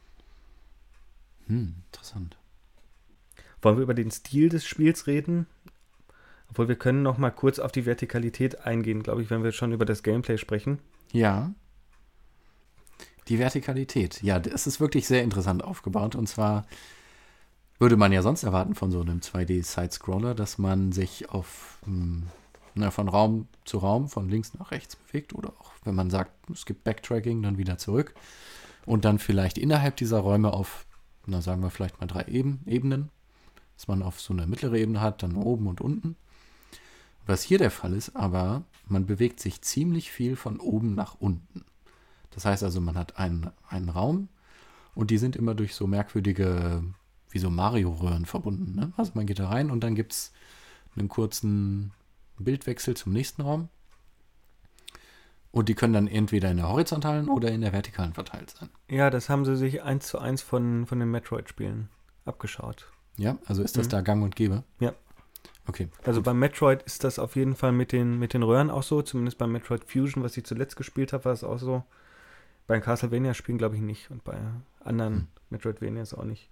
B: Hm, interessant.
A: Wollen wir über den Stil des Spiels reden? Obwohl, wir können noch mal kurz auf die Vertikalität eingehen, glaube ich, wenn wir schon über das Gameplay sprechen.
B: Ja. Die Vertikalität. Ja, es ist wirklich sehr interessant aufgebaut. Und zwar würde man ja sonst erwarten von so einem zwei D-Side-Scroller, dass man sich auf hm, na, von Raum zu Raum, von links nach rechts bewegt. Oder auch, wenn man sagt, es gibt Backtracking, dann wieder zurück. Und dann vielleicht innerhalb dieser Räume auf, na sagen wir vielleicht mal drei Eben, Ebenen. Dass man auf so eine mittlere Ebene hat, dann oben und unten. Was hier der Fall ist, aber man bewegt sich ziemlich viel von oben nach unten. Das heißt also, man hat einen, einen Raum und die sind immer durch so merkwürdige, wie so Mario-Röhren verbunden. Ne? Also man geht da rein und dann gibt es einen kurzen Bildwechsel zum nächsten Raum. Und die können dann entweder in der horizontalen oder in der vertikalen verteilt sein.
A: Ja, das haben sie sich eins zu eins von, von den Metroid-Spielen abgeschaut.
B: Ja, also ist das mhm. da gang und gäbe?
A: Ja.
B: Okay.
A: Also
B: gut.
A: beim Metroid ist das auf jeden Fall mit den, mit den Röhren auch so. Zumindest beim Metroid Fusion, was ich zuletzt gespielt habe, war es auch so. Bei den Castlevania-Spielen glaube ich nicht. Und bei anderen hm. Metroidvanias auch nicht.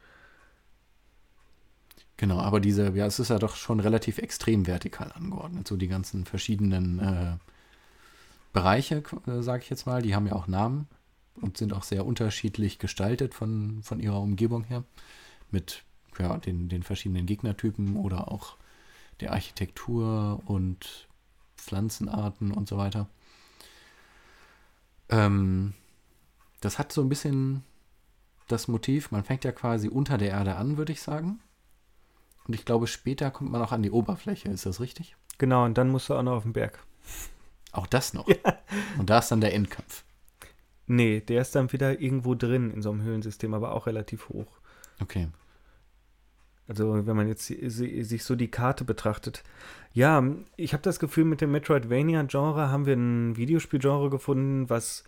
B: Genau, aber diese, ja, es ist ja doch schon relativ extrem vertikal angeordnet. So die ganzen verschiedenen äh, Bereiche, äh, sage ich jetzt mal, die haben ja auch Namen und sind auch sehr unterschiedlich gestaltet von, von ihrer Umgebung her. Mit ja, den, den verschiedenen Gegnertypen oder auch der Architektur und Pflanzenarten und so weiter. Ähm, das hat so ein bisschen das Motiv, man fängt ja quasi unter der Erde an, würde ich sagen. Und ich glaube, später kommt man auch an die Oberfläche, ist das richtig?
A: Genau, und dann musst du auch noch auf den Berg.
B: Auch das noch?
A: Ja.
B: Und da ist dann der Endkampf?
A: Nee, der ist dann wieder irgendwo drin in so einem Höhlensystem, aber auch relativ hoch.
B: Okay.
A: Also wenn man jetzt sich so die Karte betrachtet. Ja, ich habe das Gefühl, mit dem Metroidvania-Genre haben wir ein Videospielgenre gefunden, was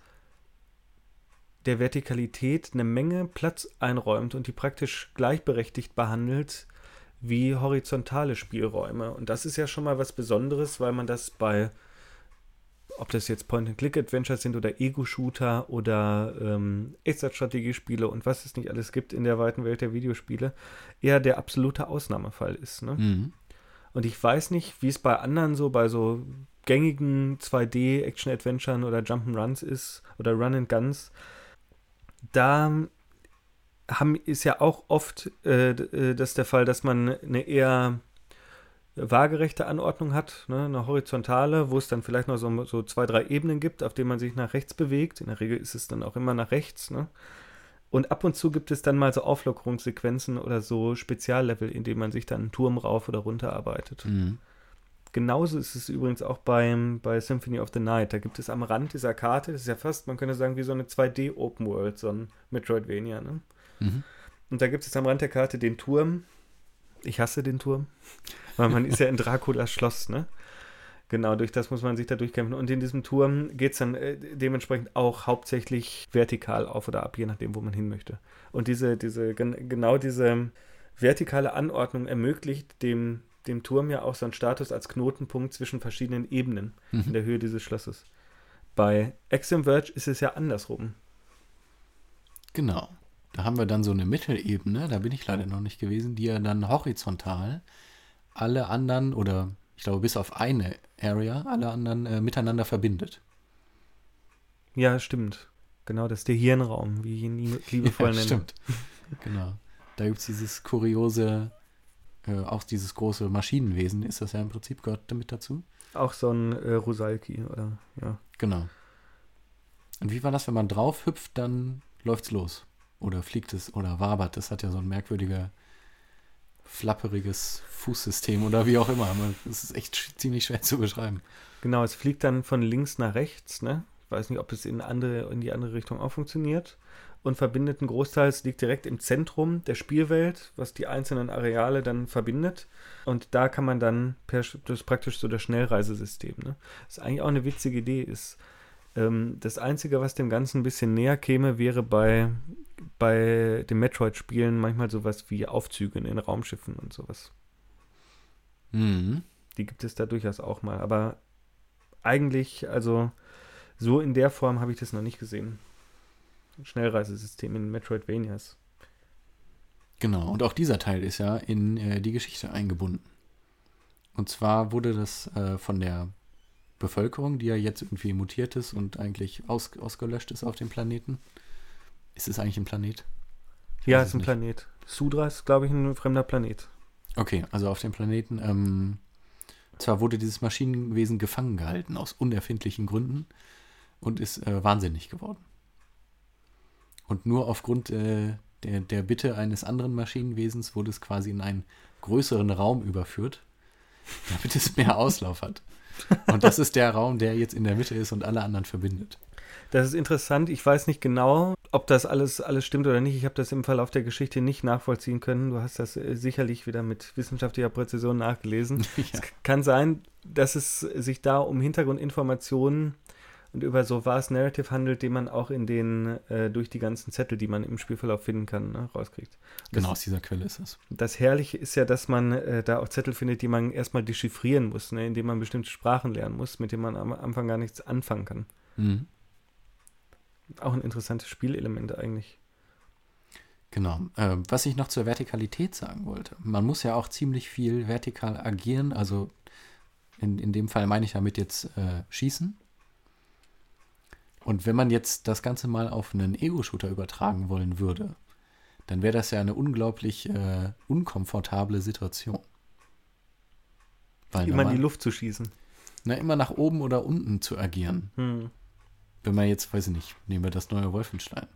A: der Vertikalität eine Menge Platz einräumt und die praktisch gleichberechtigt behandelt wie horizontale Spielräume. Und das ist ja schon mal was Besonderes, weil man das bei, ob das jetzt Point-and-Click-Adventures sind oder Ego-Shooter oder ähm, Echtzeitstrategiespiele und was es nicht alles gibt in der weiten Welt der Videospiele, eher der absolute Ausnahmefall ist. Ne?
B: Mhm.
A: Und ich weiß nicht, wie es bei anderen so, bei so gängigen zwei D-Action-Adventuren oder Jump'n'Runs ist oder Run-and-Guns. Da haben, ist ja auch oft äh, das der Fall, dass man eine eher waagerechte Anordnung hat, ne? Eine horizontale, wo es dann vielleicht noch so, so zwei, drei Ebenen gibt, auf denen man sich nach rechts bewegt. In der Regel ist es dann auch immer nach rechts. Ne? Und ab und zu gibt es dann mal so Auflockerungssequenzen oder so Speziallevel, in denen man sich dann einen Turm rauf oder runter arbeitet.
B: Mhm.
A: Genauso ist es übrigens auch beim, bei Symphony of the Night. Da gibt es am Rand dieser Karte, das ist ja fast, man könnte sagen, wie so eine zwei D Open World, so ein Metroidvania. Ne?
B: Mhm.
A: Und da gibt es am Rand der Karte den Turm. Ich hasse den Turm, weil man ist ja in Draculas Schloss, ne? Genau, durch das muss man sich da durchkämpfen. Und in diesem Turm geht es dann äh, dementsprechend auch hauptsächlich vertikal auf oder ab, je nachdem, wo man hin möchte. Und diese, diese, gen- genau diese vertikale Anordnung ermöglicht dem, dem Turm ja auch so einen Status als Knotenpunkt zwischen verschiedenen Ebenen
B: Mhm.
A: in der Höhe dieses Schlosses. Bei Axiom Verge ist es ja andersrum.
B: Genau. Da haben wir dann so eine Mittelebene, da bin ich leider noch nicht gewesen, die ja dann horizontal alle anderen, oder ich glaube bis auf eine Area, alle anderen äh, miteinander verbindet.
A: Ja, stimmt. Genau, das ist der Hirnraum, wie ich ihn nie- liebevoll
B: Ja,
A: nenne.
B: stimmt. Genau. Da gibt es dieses kuriose, äh, auch dieses große Maschinenwesen, ist das ja im Prinzip, gehört damit dazu.
A: Auch so ein äh, Rusalki, oder? Ja.
B: Genau. Und wie war das, wenn man drauf hüpft, dann läuft's los? Oder fliegt es oder wabert. Das hat ja so ein merkwürdiger, flapperiges Fußsystem oder wie auch immer. Das ist echt sch- ziemlich schwer zu beschreiben.
A: Genau, es fliegt dann von links nach rechts, ne? Ich weiß nicht, ob es in, andere, in die andere Richtung auch funktioniert. Und verbindet einen Großteil, es liegt direkt im Zentrum der Spielwelt, was die einzelnen Areale dann verbindet. Und da kann man dann, per, das ist praktisch so das Schnellreisesystem, ne? Das ist eigentlich auch eine witzige Idee, ist, ähm, das Einzige, was dem Ganzen ein bisschen näher käme, wäre bei, bei den Metroid-Spielen manchmal sowas wie Aufzüge in den Raumschiffen und sowas.
B: Mhm.
A: Die gibt es da durchaus auch mal. Aber eigentlich, also so in der Form habe ich das noch nicht gesehen. Ein Schnellreisesystem in Metroidvanias.
B: Genau. Und auch dieser Teil ist ja in äh, die Geschichte eingebunden. Und zwar wurde das äh, von der Bevölkerung, die ja jetzt irgendwie mutiert ist und eigentlich aus, ausgelöscht ist auf dem Planeten, Ist es eigentlich ein Planet? Ich
A: Ja,
B: weiß
A: ist
B: es
A: ein
B: nicht.
A: Planet. Sudra ist, glaube ich, ein fremder Planet.
B: Okay, also auf dem Planeten, ähm, zwar wurde dieses Maschinenwesen gefangen gehalten aus unerfindlichen Gründen und ist äh, wahnsinnig geworden. Und nur aufgrund äh, der, der Bitte eines anderen Maschinenwesens wurde es quasi in einen größeren Raum überführt, damit es mehr Auslauf hat. Und das ist der Raum, der jetzt in der Mitte ist und alle anderen verbindet.
A: Das ist interessant. Ich weiß nicht genau, ob das alles, alles stimmt oder nicht. Ich habe das im Verlauf der Geschichte nicht nachvollziehen können. Du hast das äh, sicherlich wieder mit wissenschaftlicher Präzision nachgelesen.
B: Ja.
A: Es k- kann sein, dass es sich da um Hintergrundinformationen und über so Vast Narrative handelt, den man auch in den, äh, durch die ganzen Zettel, die man im Spielverlauf finden kann, ne, rauskriegt.
B: Genau,
A: Das,
B: aus dieser Quelle ist es.
A: das Herrliche ist ja, dass man äh, da auch Zettel findet, die man erstmal dechiffrieren muss, ne, indem man bestimmte Sprachen lernen muss, mit denen man am Anfang gar nichts anfangen kann.
B: Mhm.
A: Auch ein interessantes Spielelement eigentlich.
B: Genau. Ähm, was ich noch zur Vertikalität sagen wollte. Man muss ja auch ziemlich viel vertikal agieren. Also in, in dem Fall meine ich damit jetzt äh, schießen. Und wenn man jetzt das Ganze mal auf einen Ego-Shooter übertragen wollen würde, dann wäre das ja eine unglaublich äh, unkomfortable Situation. Weil
A: Immer in die
B: normal-
A: Luft zu schießen.
B: na, immer nach oben oder unten zu agieren.
A: Hm.
B: Wenn man jetzt, weiß ich nicht, nehmen wir das neue Wolfenstein,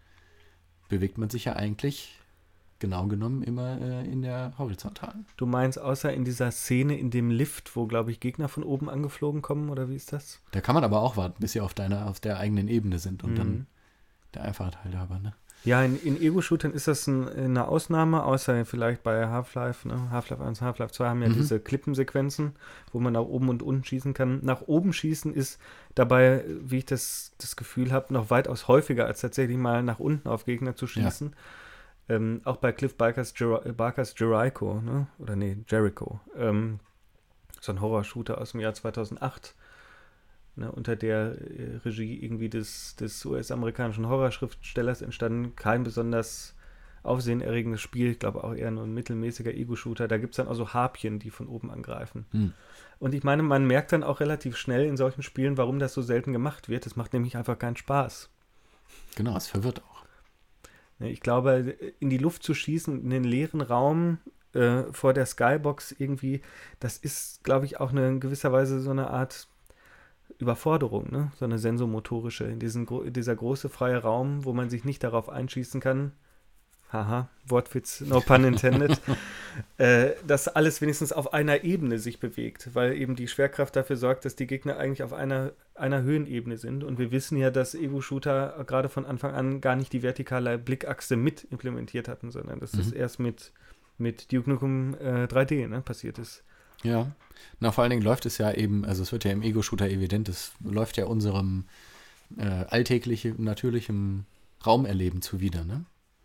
B: bewegt man sich ja eigentlich genau genommen immer äh, in der Horizontalen.
A: Du meinst, außer in dieser Szene in dem Lift, wo, glaube ich, Gegner von oben angeflogen kommen, oder wie ist das?
B: Da kann man aber auch warten, bis sie auf deiner, auf der eigenen Ebene sind und
A: Mhm.
B: dann der Einfachheit halber, ne?
A: Ja, in, in Ego-Shootern ist das ein, eine Ausnahme, außer vielleicht bei Half-Life, ne? Half-Life eins, Half-Life zwei haben ja
B: Mhm.
A: diese Klippensequenzen, wo man nach oben und unten schießen kann. Nach oben schießen ist dabei, wie ich das, das Gefühl habe, noch weitaus häufiger, als tatsächlich mal nach unten auf Gegner zu schießen. Ähm, auch bei Cliff Barkers, Jer- Barkers Jericho, ne? Oder nee, Jericho. Ähm, so ein Horror-Shooter aus dem Jahr zweitausendacht. Ne, unter der äh, Regie irgendwie des, des U S-amerikanischen Horrorschriftstellers entstanden. Kein besonders aufsehenerregendes Spiel, ich glaube auch eher nur ein mittelmäßiger Ego-Shooter. Da gibt es dann also Harpien, die von oben angreifen.
B: Hm.
A: Und ich meine, man merkt dann auch relativ schnell in solchen Spielen, warum das so selten gemacht wird. Es macht nämlich einfach keinen Spaß.
B: Genau, es verwirrt auch.
A: Ne, ich glaube, in die Luft zu schießen, in den leeren Raum äh, vor der Skybox irgendwie, das ist, glaube ich, auch eine, in gewisser Weise so eine Art Überforderung, ne? So eine sensomotorische, in diesen, gro- dieser große freie Raum, wo man sich nicht darauf einschießen kann. Haha, Wortwitz, no pun intended. äh, dass alles wenigstens auf einer Ebene sich bewegt, weil eben die Schwerkraft dafür sorgt, dass die Gegner eigentlich auf einer, einer Höhenebene sind. Und wir wissen ja, dass Ego-Shooter gerade von Anfang an gar nicht die vertikale Blickachse mit implementiert hatten, sondern dass das
B: Mhm.
A: erst mit, mit Duke Nukem äh, drei D, ne, passiert ist.
B: Ja. Na, vor allen Dingen läuft es ja eben, also es wird ja im Ego-Shooter evident, es läuft ja unserem äh, alltäglichen, natürlichen Raumerleben zuwider, ne?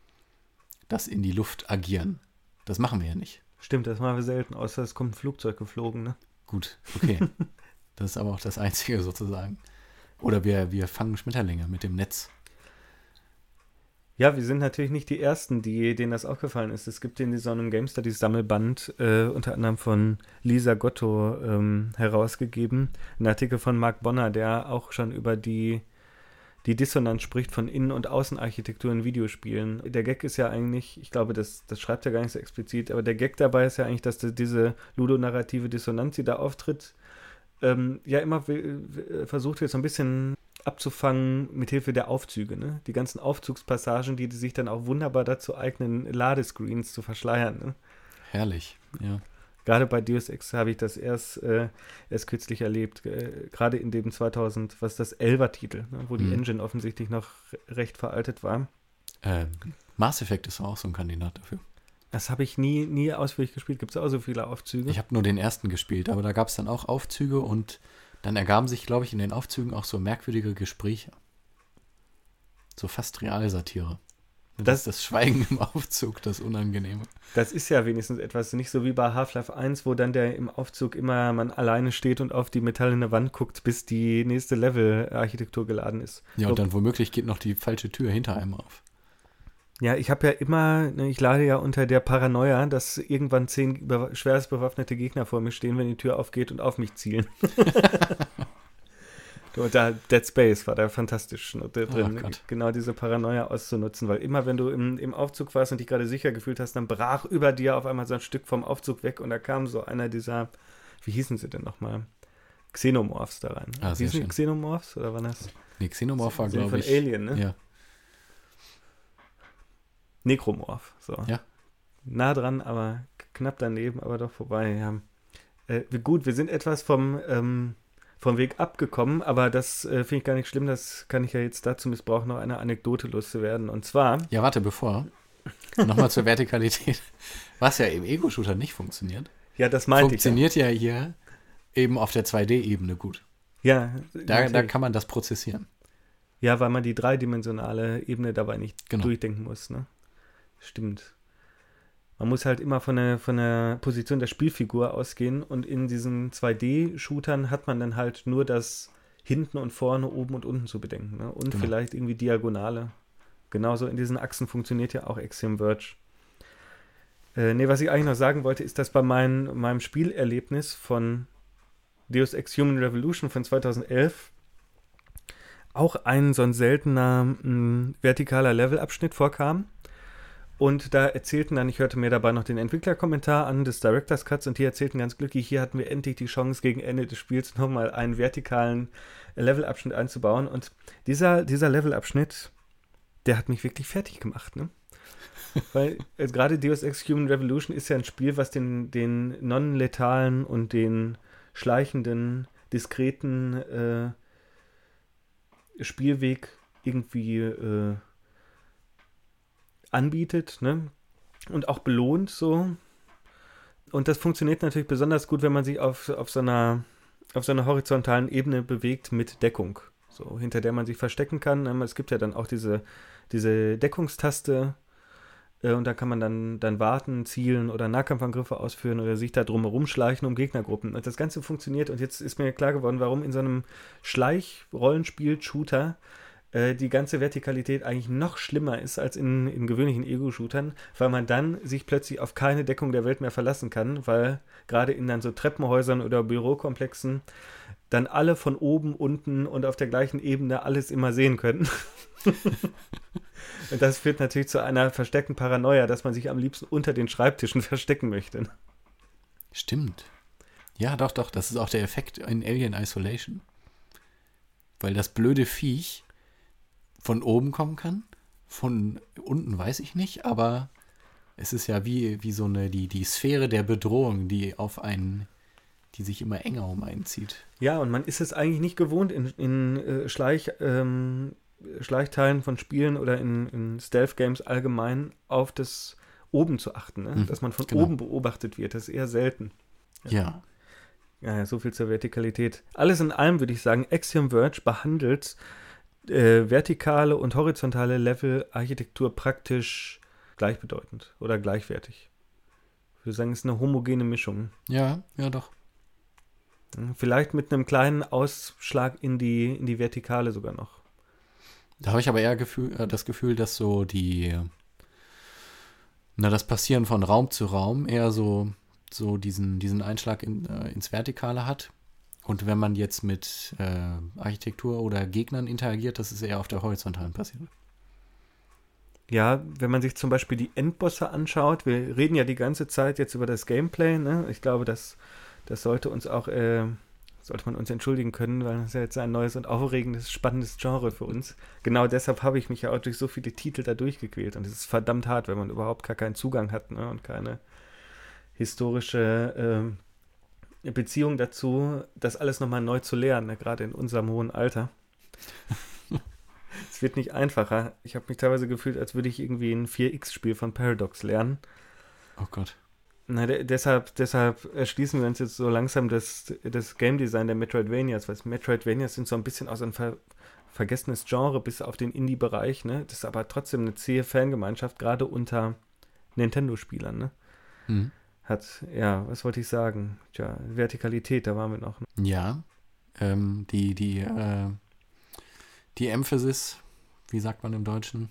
B: Das in die Luft agieren. Das machen wir ja nicht.
A: Stimmt, das machen wir selten, außer es kommt ein Flugzeug geflogen, ne?
B: Gut, okay. Das ist aber auch das Einzige sozusagen. Oder wir, wir fangen Schmetterlinge mit dem Netz.
A: Ja, wir sind natürlich nicht die Ersten, die, denen das aufgefallen ist. Es gibt in die Sonne Game Studies Sammelband, äh, unter anderem von Lisa Gotto ähm, herausgegeben. Ein Artikel von Mark Bonner, der auch schon über die, die Dissonanz spricht von Innen- und Außenarchitektur in Videospielen. Der Gag ist ja eigentlich, ich glaube, das, das schreibt er gar nicht so explizit, aber der Gag dabei ist ja eigentlich, dass das, diese ludonarrative Dissonanz, die da auftritt, ähm, ja immer w- w- versucht wird, so ein bisschen abzufangen mit Hilfe der Aufzüge, ne? Die ganzen Aufzugspassagen, die, die sich dann auch wunderbar dazu eignen, Ladescreens zu verschleiern, ne?
B: Herrlich, ja.
A: Gerade bei Deus Ex habe ich das erst, äh, erst kürzlich erlebt, äh, gerade in dem zweitausend, was ist das, elfer-Titel, ne? Wo die
B: Mhm.
A: Engine offensichtlich noch re- recht veraltet war.
B: Ähm, Mass Effect ist auch so ein Kandidat dafür.
A: Das habe ich nie, nie ausführlich gespielt. Gibt es auch so viele Aufzüge?
B: Ich habe nur den ersten gespielt, aber da gab es dann auch Aufzüge und dann ergaben sich, glaube ich, in den Aufzügen auch so merkwürdige Gespräche. So fast Realsatire. Das,
A: Das-
B: ist das Schweigen im Aufzug, das Unangenehme.
A: Das ist ja wenigstens etwas, nicht so wie bei Half-Life eins, wo dann der im Aufzug immer man alleine steht und auf die metallene Wand guckt, bis die nächste Level-Architektur geladen ist.
B: Ja, und dann womöglich geht noch die falsche Tür hinter einem auf.
A: Ja, ich habe ja immer, ne, ich leide ja unter der Paranoia, dass irgendwann zehn be- schwerst bewaffnete Gegner vor mir stehen, wenn die Tür aufgeht und auf mich zielen. Und da Dead Space war da fantastisch da drin,
B: Oh
A: genau diese Paranoia auszunutzen, weil immer, wenn du im, im Aufzug warst und dich gerade sicher gefühlt hast, dann brach über dir auf einmal so ein Stück vom Aufzug weg und da kam so einer dieser, wie hießen sie denn nochmal? Xenomorphs da rein.
B: Ah,
A: Wie hießen die Xenomorphs oder war das?
B: Nee, Xenomorph war,
A: Sind
B: glaube
A: von
B: ich.
A: Alien, ne?
B: Ja.
A: Necromorph, so.
B: Ja.
A: Nah dran, aber knapp daneben, aber doch vorbei, ja. Äh, gut, wir sind etwas vom, ähm, vom Weg abgekommen, aber das äh, finde ich gar nicht schlimm, das kann ich ja jetzt dazu missbrauchen, noch eine Anekdote loszuwerden. Und zwar...
B: Ja, warte, bevor. Nochmal zur Vertikalität. Was ja im Ego-Shooter nicht funktioniert.
A: Ja, das meinte
B: funktioniert ich. Funktioniert ja hier eben auf der zwei D-Ebene gut.
A: Ja.
B: Da, da kann man das prozessieren.
A: Ja, weil man die dreidimensionale Ebene dabei nicht
B: genau.
A: durchdenken muss, ne? Stimmt. Man muss halt immer von der, von der Position der Spielfigur ausgehen und in diesen zwei D-Shootern hat man dann halt nur das hinten und vorne, oben und unten zu bedenken. Ne? Und genau. vielleicht irgendwie Diagonale. Genauso in diesen Achsen funktioniert ja auch Axiom Verge. Äh, nee, was ich eigentlich noch sagen wollte, ist, dass bei mein, meinem Spielerlebnis von Deus Ex Human Revolution von zweitausendelf auch ein so ein seltener mh, vertikaler Levelabschnitt vorkam. Und da erzählten dann, ich hörte mir dabei noch den Entwicklerkommentar an des Director's Cuts und die erzählten ganz glücklich, hier hatten wir endlich die Chance, gegen Ende des Spiels nochmal einen vertikalen Levelabschnitt einzubauen. Und dieser, dieser Levelabschnitt, der hat mich wirklich fertig gemacht, ne? Weil also gerade Deus Ex Human Revolution ist ja ein Spiel, was den, den non-letalen und den schleichenden, diskreten äh, Spielweg irgendwie äh, anbietet, ne? Und auch belohnt so. Und das funktioniert natürlich besonders gut, wenn man sich auf, auf, so einer, auf so einer horizontalen Ebene bewegt mit Deckung, so, hinter der man sich verstecken kann. Es gibt ja dann auch diese, diese Deckungstaste äh, und da kann man dann, dann warten, zielen oder Nahkampfangriffe ausführen oder sich da drumherum schleichen um Gegnergruppen. Und das Ganze funktioniert und jetzt ist mir klar geworden, warum in so einem Schleich-Rollenspiel-Shooter die ganze Vertikalität eigentlich noch schlimmer ist als in, in gewöhnlichen Ego-Shootern, weil man dann sich plötzlich auf keine Deckung der Welt mehr verlassen kann, weil gerade in dann so Treppenhäusern oder Bürokomplexen dann alle von oben, unten und auf der gleichen Ebene alles immer sehen können. Und das führt natürlich zu einer versteckten Paranoia, dass man sich am liebsten unter den Schreibtischen verstecken möchte.
B: Stimmt. Ja, doch, doch, das ist auch der Effekt in Alien Isolation. Weil das blöde Viech von oben kommen kann. Von unten weiß ich nicht, aber es ist ja wie, wie so eine, die, die Sphäre der Bedrohung, die auf einen, die sich immer enger um einen zieht.
A: Ja, und man ist es eigentlich nicht gewohnt, in, in äh, Schleich, ähm, Schleichteilen von Spielen oder in, in Stealth-Games allgemein auf das Oben zu achten, ne?
B: Mhm,
A: dass man von
B: genau.
A: oben beobachtet wird. Das ist eher selten.
B: Ja.
A: Ja, so viel zur Vertikalität. Alles in allem würde ich sagen, Axiom Verge behandelt Äh, vertikale und horizontale Level-Architektur praktisch gleichbedeutend oder gleichwertig. Ich würde sagen, es ist eine homogene Mischung.
B: Ja, ja doch.
A: Vielleicht mit einem kleinen Ausschlag in die, in die Vertikale sogar noch.
B: Da habe ich aber eher Gefühl, äh, das Gefühl, dass so die, na, das Passieren von Raum zu Raum eher so, so diesen, diesen Einschlag in, äh, ins Vertikale hat. Und wenn man jetzt mit äh, Architektur oder Gegnern interagiert, das ist eher auf der horizontalen passiert.
A: Ja, wenn man sich zum Beispiel die Endbosse anschaut, wir reden ja die ganze Zeit jetzt über das Gameplay, ne? Ich glaube, das, das sollte uns auch, äh, sollte man uns entschuldigen können, weil das ist ja jetzt ein neues und aufregendes, spannendes Genre für uns. Genau deshalb habe ich mich ja auch durch so viele Titel da durchgequält und es ist verdammt hart, wenn man überhaupt gar keinen Zugang hat, ne? Und keine historische äh, Beziehung dazu, das alles nochmal neu zu lernen, ne? Gerade in unserem hohen Alter. Es wird nicht einfacher. Ich habe mich teilweise gefühlt, als würde ich irgendwie ein vier X-Spiel von Paradox lernen.
B: Oh Gott.
A: Na, de- deshalb, deshalb erschließen wir uns jetzt so langsam das, das Game Design der Metroidvanias, weil Metroidvanias sind so ein bisschen auch so ein ver- vergessenes Genre bis auf den Indie-Bereich, ne? Das ist aber trotzdem eine zähe Fangemeinschaft, gerade unter Nintendo-Spielern, ne?
B: Mhm.
A: Hat, ja, was wollte ich sagen? Tja, Vertikalität, da waren wir noch. Ne?
B: Ja, ähm, die, die, äh, die Emphasis, wie sagt man im Deutschen?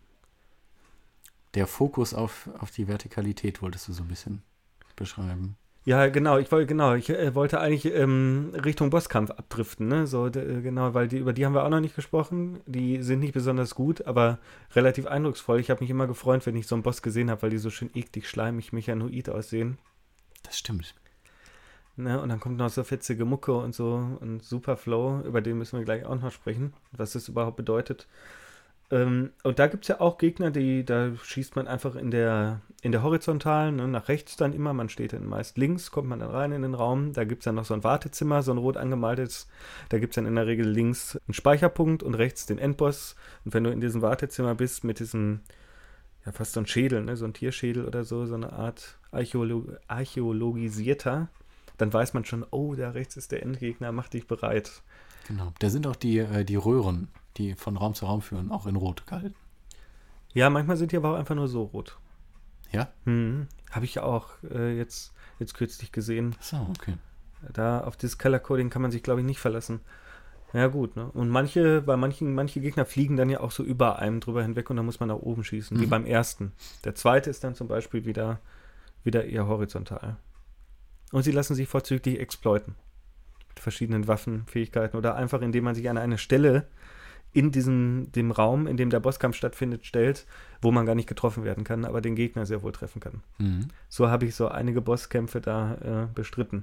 B: Der Fokus auf, auf die Vertikalität wolltest du so ein bisschen beschreiben.
A: Ja, genau, ich wollte, genau, ich äh, wollte eigentlich ähm, Richtung Bosskampf abdriften, ne? So, d- äh, genau, weil die, über die haben wir auch noch nicht gesprochen. Die sind nicht besonders gut, aber relativ eindrucksvoll. Ich habe mich immer gefreut, wenn ich so einen Boss gesehen habe, weil die so schön eklig, schleimig, mechanoid aussehen.
B: Das stimmt.
A: Ne? Und dann kommt noch so fetzige Mucke und so und super Flow, über den müssen wir gleich auch noch sprechen, was das überhaupt bedeutet. Ähm, und da gibt es ja auch Gegner, die, da schießt man einfach in der, in der Horizontalen, ne, nach rechts dann immer, man steht dann meist links, kommt man dann rein in den Raum, da gibt es dann noch so ein Wartezimmer, so ein rot angemaltes, da gibt es dann in der Regel links einen Speicherpunkt und rechts den Endboss. Und wenn du in diesem Wartezimmer bist mit diesem, ja fast so ein Schädel, ne, so ein Tierschädel oder so, so eine Art Archäolo archäologisierter, dann weiß man schon, oh, da rechts ist der Endgegner, mach dich bereit.
B: Genau. Da sind auch die, äh, die Röhren, die von Raum zu Raum führen, auch in Rot gehalten.
A: Ja, manchmal sind die aber auch einfach nur so rot.
B: Ja?
A: Hm, habe ich auch äh, jetzt, jetzt kürzlich gesehen.
B: Ach so, okay.
A: Da auf dieses Color Coding kann man sich, glaube ich, nicht verlassen. Ja, gut, ne? Und manche, bei manchen, manche Gegner fliegen dann ja auch so über einem drüber hinweg und dann muss man nach oben schießen,
B: Mhm.
A: wie beim ersten. Der zweite ist dann zum Beispiel wieder, wieder eher horizontal. Und sie lassen sich vorzüglich exploiten. Mit verschiedenen Waffen, Fähigkeiten oder einfach indem man sich an eine Stelle in diesem dem Raum, in dem der Bosskampf stattfindet, stellt, wo man gar nicht getroffen werden kann, aber den Gegner sehr wohl treffen kann.
B: Mhm.
A: So habe ich so einige Bosskämpfe da äh, bestritten.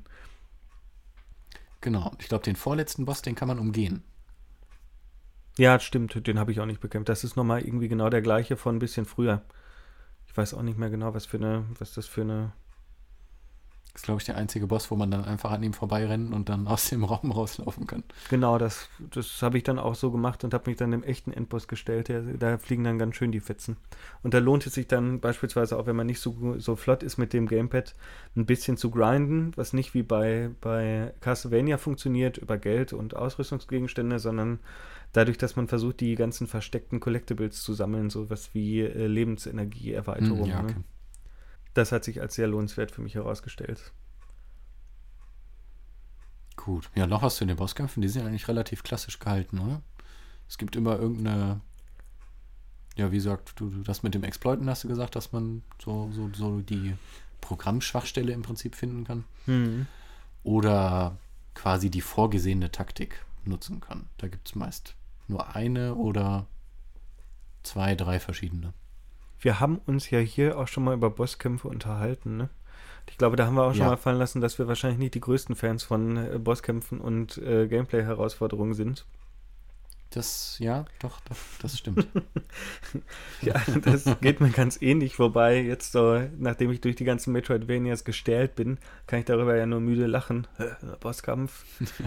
B: Genau. Ich glaube, den vorletzten Boss, den kann man umgehen.
A: Ja, stimmt, den habe ich auch nicht bekämpft. Das ist nochmal irgendwie genau der gleiche von ein bisschen früher. Ich weiß auch nicht mehr genau, was für eine, was das für eine.
B: Das ist, glaube ich, der einzige Boss, wo man dann einfach an ihm vorbeirennen und dann aus dem Raum rauslaufen kann.
A: Genau, das, das habe ich dann auch so gemacht und habe mich dann dem echten Endboss gestellt. Der, da fliegen dann ganz schön die Fetzen. Und da lohnt es sich dann beispielsweise auch, wenn man nicht so, so flott ist mit dem Gamepad, ein bisschen zu grinden, was nicht wie bei, bei Castlevania funktioniert, über Geld und Ausrüstungsgegenstände, sondern dadurch, dass man versucht, die ganzen versteckten Collectibles zu sammeln, sowas wie äh, Lebensenergieerweiterung.
B: Mhm, ja, okay.
A: Ne? Das hat sich als sehr lohnenswert für mich herausgestellt.
B: Gut. Ja, noch was zu den Bosskämpfen. Die sind eigentlich relativ klassisch gehalten, oder? Es gibt immer irgendeine, ja, wie gesagt, du, du das mit dem Exploiten hast du gesagt, dass man so, so, so die Programmschwachstelle im Prinzip finden kann.
A: Hm.
B: Oder quasi die vorgesehene Taktik nutzen kann. Da gibt es meist nur eine oder zwei, drei verschiedene.
A: Wir haben uns ja hier auch schon mal über Bosskämpfe unterhalten, ne? Ich glaube, da haben wir auch schon
B: Ja.
A: mal fallen lassen, dass wir wahrscheinlich nicht die größten Fans von äh, Bosskämpfen und äh, Gameplay-Herausforderungen sind.
B: Das, ja, doch, doch, das stimmt.
A: Ja, das geht mir ganz ähnlich, wobei jetzt so, nachdem ich durch die ganzen Metroidvanias gestählt bin, kann ich darüber ja nur müde lachen. Bosskampf.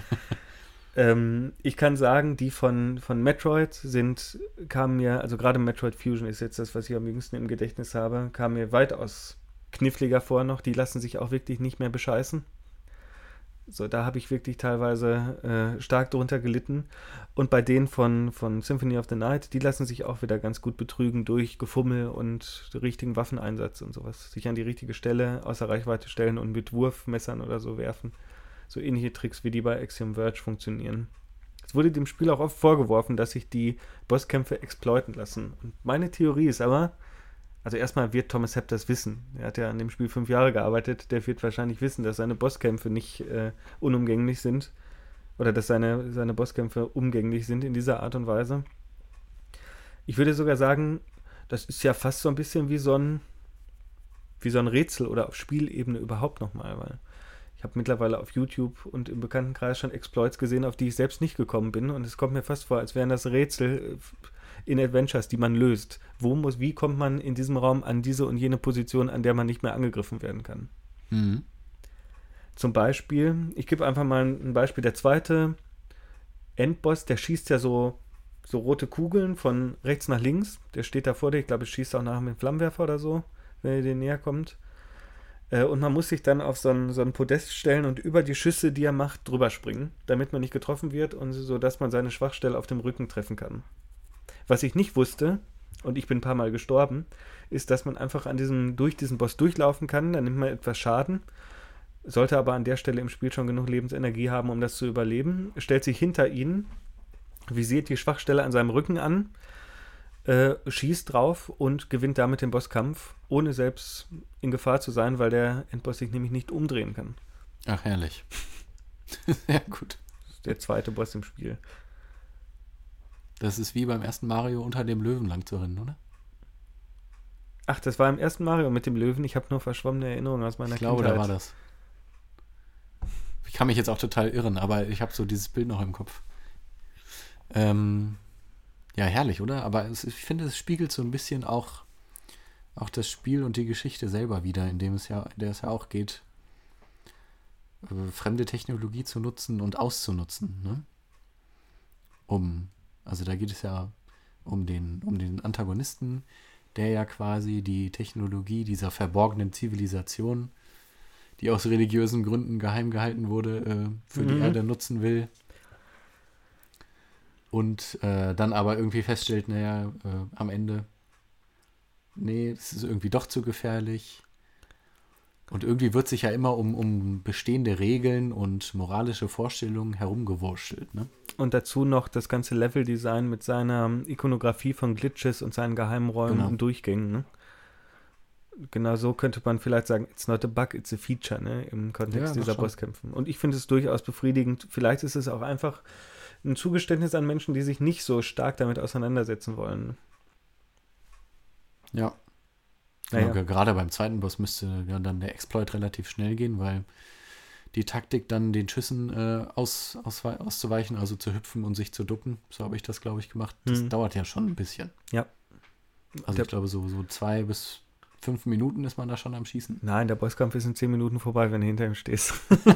A: ähm, ich kann sagen, die von, von Metroid sind, kamen mir, also gerade Metroid Fusion ist jetzt das, was ich am jüngsten im Gedächtnis habe, kam mir weitaus kniffliger vor noch. Die lassen sich auch wirklich nicht mehr bescheißen. So, da habe ich wirklich teilweise äh, stark drunter gelitten. Und bei denen von, von Symphony of the Night, die lassen sich auch wieder ganz gut betrügen durch Gefummel und richtigen Waffeneinsatz und sowas. Sich an die richtige Stelle außer Reichweite stellen und mit Wurfmessern oder so werfen. So ähnliche Tricks, wie die bei Axiom Verge funktionieren. Es wurde dem Spiel auch oft vorgeworfen, dass sich die Bosskämpfe exploiten lassen. Und meine Theorie ist aber, also erstmal wird Thomas Hepp das wissen. Er hat ja an dem Spiel fünf Jahre gearbeitet. Der wird wahrscheinlich wissen, dass seine Bosskämpfe nicht äh, unumgänglich sind. Oder dass seine, seine Bosskämpfe umgänglich sind in dieser Art und Weise. Ich würde sogar sagen, das ist ja fast so ein bisschen wie so ein, wie so ein Rätsel oder auf Spielebene überhaupt nochmal. Weil ich habe mittlerweile auf YouTube und im Bekanntenkreis schon Exploits gesehen, auf die ich selbst nicht gekommen bin. Und es kommt mir fast vor, als wären das Rätsel in Adventures, die man löst. Wo muss, wie kommt man in diesem Raum an diese und jene Position, an der man nicht mehr angegriffen werden kann?
B: Mhm.
A: Zum Beispiel, ich gebe einfach mal ein Beispiel, der zweite Endboss, der schießt ja so, so rote Kugeln von rechts nach links. Der steht da vor dir, ich glaube, es schießt auch nachher mit einem Flammenwerfer oder so, wenn er dir näher kommt. Äh, und man muss sich dann auf so ein, so ein Podest stellen und über die Schüsse, die er macht, drüber springen, damit man nicht getroffen wird und so, dass man seine Schwachstelle auf dem Rücken treffen kann. Was ich nicht wusste, und ich bin ein paar Mal gestorben, ist, dass man einfach an diesem, durch diesen Boss durchlaufen kann, dann nimmt man etwas Schaden, sollte aber an der Stelle im Spiel schon genug Lebensenergie haben, um das zu überleben, stellt sich hinter ihn, visiert die Schwachstelle an seinem Rücken an äh, schießt drauf und gewinnt damit den Bosskampf, ohne selbst in Gefahr zu sein, weil der Endboss sich nämlich nicht umdrehen kann.
B: Ach, herrlich. Sehr gut.
A: Das ist der zweite Boss im Spiel.
B: Das ist wie beim ersten Mario unter dem Löwen lang zu rennen, oder?
A: Ach, das war im ersten Mario mit dem Löwen. Ich habe nur verschwommene Erinnerungen aus meiner
B: Ich glaube,
A: Kindheit.
B: da war das. Ich kann mich jetzt auch total irren, aber ich habe so dieses Bild noch im Kopf. Ähm, ja, herrlich, oder? Aber es, ich finde, es spiegelt so ein bisschen auch, auch das Spiel und die Geschichte selber wieder, in dem es ja, in der es ja auch geht, äh, fremde Technologie zu nutzen und auszunutzen, ne? Um, also da geht es ja um den, um den Antagonisten, der ja quasi die Technologie dieser verborgenen Zivilisation, die aus religiösen Gründen geheim gehalten wurde, äh, für
A: Mhm.
B: die Erde nutzen will. Und äh, dann aber irgendwie feststellt, naja, äh, am Ende, nee, das ist irgendwie doch zu gefährlich. Und irgendwie wird sich ja immer um, um bestehende Regeln und moralische Vorstellungen herumgewurschtelt, ne?
A: Und dazu noch das ganze Leveldesign mit seiner Ikonografie von Glitches und seinen geheimen Räumen
B: Genau.
A: und Durchgängen. Ne? Genau so könnte man vielleicht sagen, it's not a bug, it's a feature, ne? Im Kontext
B: Ja, doch
A: dieser
B: schon.
A: Bosskämpfen. Und ich finde es durchaus befriedigend. Vielleicht ist es auch einfach ein Zugeständnis an Menschen, die sich nicht so stark damit auseinandersetzen wollen.
B: Ja.
A: Naja.
B: Genau, gerade beim zweiten Boss müsste ja dann der Exploit relativ schnell gehen, weil die Taktik dann den Schüssen äh, aus, auswe- auszuweichen, also zu hüpfen und sich zu ducken, so habe ich das, glaube ich, gemacht. Das
A: Mhm.
B: dauert ja schon ein bisschen.
A: Ja.
B: Also
A: Der-
B: ich glaube, so, so zwei bis fünf Minuten ist man da schon am Schießen.
A: Nein, der Bosskampf ist in zehn Minuten vorbei, wenn du hinter ihm stehst.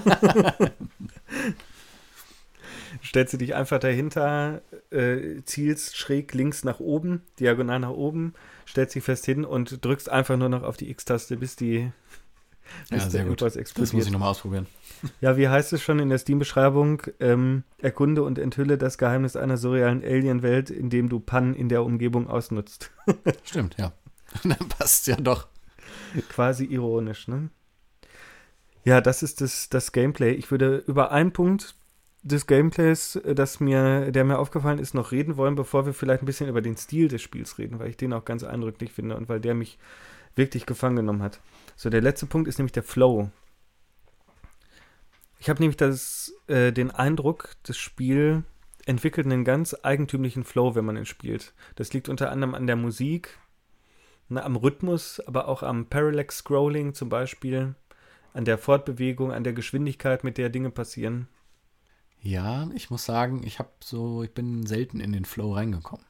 A: Stellst du dich einfach dahinter, äh, zielst schräg links nach oben, diagonal nach oben, stellst dich fest hin und drückst einfach nur noch auf die X-Taste, bis die bis
B: Ja, sehr
A: der
B: gut.
A: Endboss
B: Das
A: explodiert.
B: muss ich nochmal ausprobieren.
A: Ja, wie heißt es schon in der Steam-Beschreibung? Ähm, erkunde und enthülle das Geheimnis einer surrealen Alien-Welt, indem du Pannen in der Umgebung ausnutzt.
B: Stimmt, ja. Dann passt ja doch.
A: Quasi ironisch, ne? Ja, das ist das, das Gameplay. Ich würde über einen Punkt des Gameplays, äh, das mir, der mir aufgefallen ist, noch reden wollen, bevor wir vielleicht ein bisschen über den Stil des Spiels reden, weil ich den auch ganz eindrücklich finde und weil der mich wirklich gefangen genommen hat. So, der letzte Punkt ist nämlich der Flow. Ich habe nämlich das, äh, den Eindruck, das Spiel entwickelt einen ganz eigentümlichen Flow, wenn man es spielt. Das liegt unter anderem an der Musik, na, am Rhythmus, aber auch am Parallax Scrolling zum Beispiel, an der Fortbewegung, an der Geschwindigkeit, mit der Dinge passieren.
B: Ja, ich muss sagen, ich habe so, ich bin selten in den Flow reingekommen.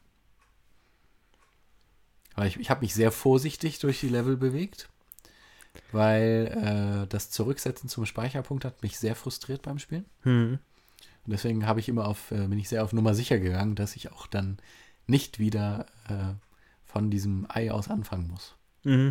B: Weil ich, ich habe mich sehr vorsichtig durch die Level bewegt, weil äh, das Zurücksetzen zum Speicherpunkt hat mich sehr frustriert beim Spielen.
A: Hm.
B: Und deswegen habe ich immer auf, äh, bin ich sehr auf Nummer sicher gegangen, dass ich auch dann nicht wieder äh, von diesem Ei aus anfangen muss.
A: Mhm.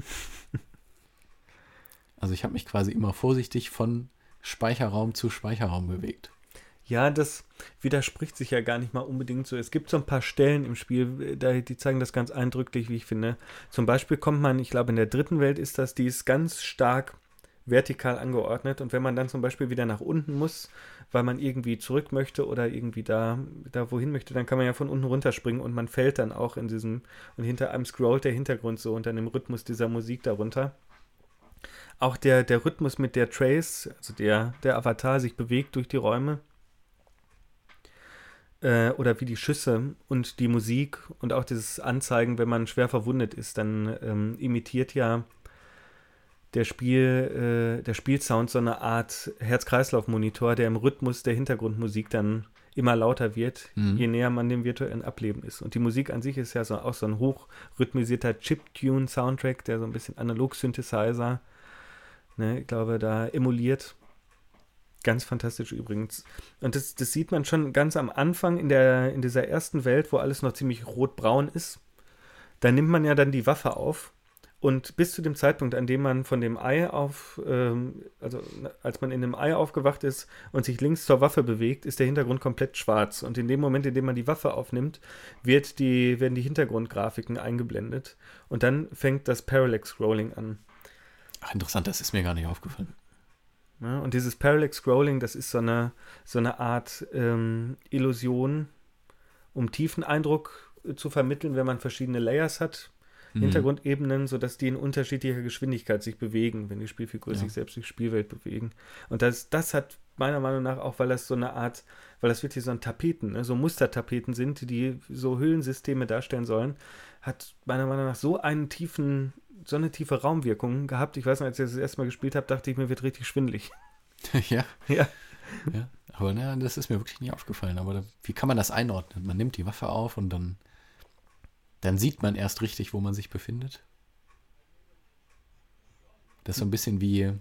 B: Also ich habe mich quasi immer vorsichtig von Speicherraum zu Speicherraum bewegt.
A: Ja, das widerspricht sich ja gar nicht mal unbedingt so. Es gibt so ein paar Stellen im Spiel, da- die zeigen das ganz eindrücklich, wie ich finde. Zum Beispiel kommt man, ich glaube in der dritten Welt ist das, die ist ganz stark vertikal angeordnet und wenn man dann zum Beispiel wieder nach unten muss, weil man irgendwie zurück möchte oder irgendwie da, da wohin möchte, dann kann man ja von unten runterspringen und man fällt dann auch in diesem, und hinter einem scrollt der Hintergrund so unter dem Rhythmus dieser Musik darunter. Auch der, der Rhythmus, mit der Trace, also der, der Avatar sich bewegt durch die Räume, äh, oder wie die Schüsse und die Musik und auch dieses Anzeigen, wenn man schwer verwundet ist, dann ähm, imitiert ja der Spiel, äh, der Spielsound so eine Art Herz-Kreislauf-Monitor, der im Rhythmus der Hintergrundmusik dann immer lauter wird,
B: Mhm.
A: je näher man dem virtuellen Ableben ist. Und die Musik an sich ist ja so, auch so ein hochrhythmisierter Chiptune-Soundtrack, der so ein bisschen Analog-Synthesizer, ne, ich glaube, da emuliert. Ganz fantastisch übrigens. Und das, das sieht man schon ganz am Anfang in, der, in dieser ersten Welt, wo alles noch ziemlich rot-braun ist. Da nimmt man ja dann die Waffe auf. Und bis zu dem Zeitpunkt, an dem man von dem Ei auf, ähm, also als man in dem Ei aufgewacht ist und sich links zur Waffe bewegt, ist der Hintergrund komplett schwarz. Und in dem Moment, in dem man die Waffe aufnimmt, wird die, werden die Hintergrundgrafiken eingeblendet. Und dann fängt das Parallax Scrolling an.
B: Ach, interessant, das ist mir gar nicht aufgefallen.
A: Ja, und dieses Parallax Scrolling, das ist so eine, so eine Art ähm, Illusion, um tiefen Eindruck zu vermitteln, wenn man verschiedene Layers hat, mhm. Hintergrundebenen, sodass die in unterschiedlicher Geschwindigkeit sich bewegen, wenn die Spielfiguren ja. sich selbst durch die Spielwelt bewegen. Und das, das hat meiner Meinung nach auch, weil das so eine Art, weil das wirklich so ein Tapeten, ne, so Mustertapeten sind, die so Höhlensysteme darstellen sollen, hat meiner Meinung nach so einen tiefen, so eine tiefe Raumwirkung gehabt. Ich weiß noch, als ich das erste Mal gespielt habe, dachte ich, mir wird richtig schwindelig.
B: Ja.
A: Ja.
B: Ja. Aber ne, das ist mir wirklich nie aufgefallen. Aber da, wie kann man das einordnen? Man nimmt die Waffe auf und dann, dann sieht man erst richtig, wo man sich befindet. Das ist so ein bisschen wie,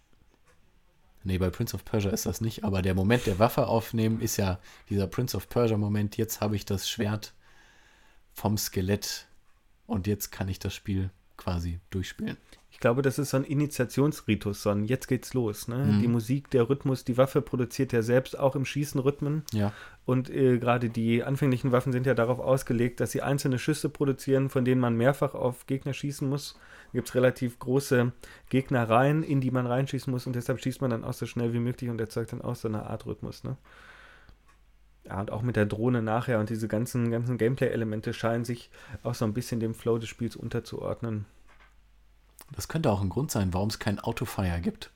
B: nee, bei Prince of Persia ist das nicht, aber der Moment der Waffe aufnehmen ist ja dieser Prince of Persia-Moment, jetzt habe ich das Schwert vom Skelett und jetzt kann ich das Spiel quasi durchspielen.
A: Ich glaube, das ist so ein Initiationsritus, so ein jetzt geht's los. Ne?
B: Mhm.
A: Die Musik, der Rhythmus, die Waffe produziert ja selbst auch im Schießen Rhythmen.
B: Ja.
A: Und äh, gerade die anfänglichen Waffen sind ja darauf ausgelegt, dass sie einzelne Schüsse produzieren, von denen man mehrfach auf Gegner schießen muss. Da gibt es relativ große Gegnereien, in die man reinschießen muss und deshalb schießt man dann auch so schnell wie möglich und erzeugt dann auch so eine Art Rhythmus. Ne? Ja, und auch mit der Drohne nachher und diese ganzen, ganzen Gameplay-Elemente scheinen sich auch so ein bisschen dem Flow des Spiels unterzuordnen.
B: Das könnte auch ein Grund sein, warum es kein Autofire gibt.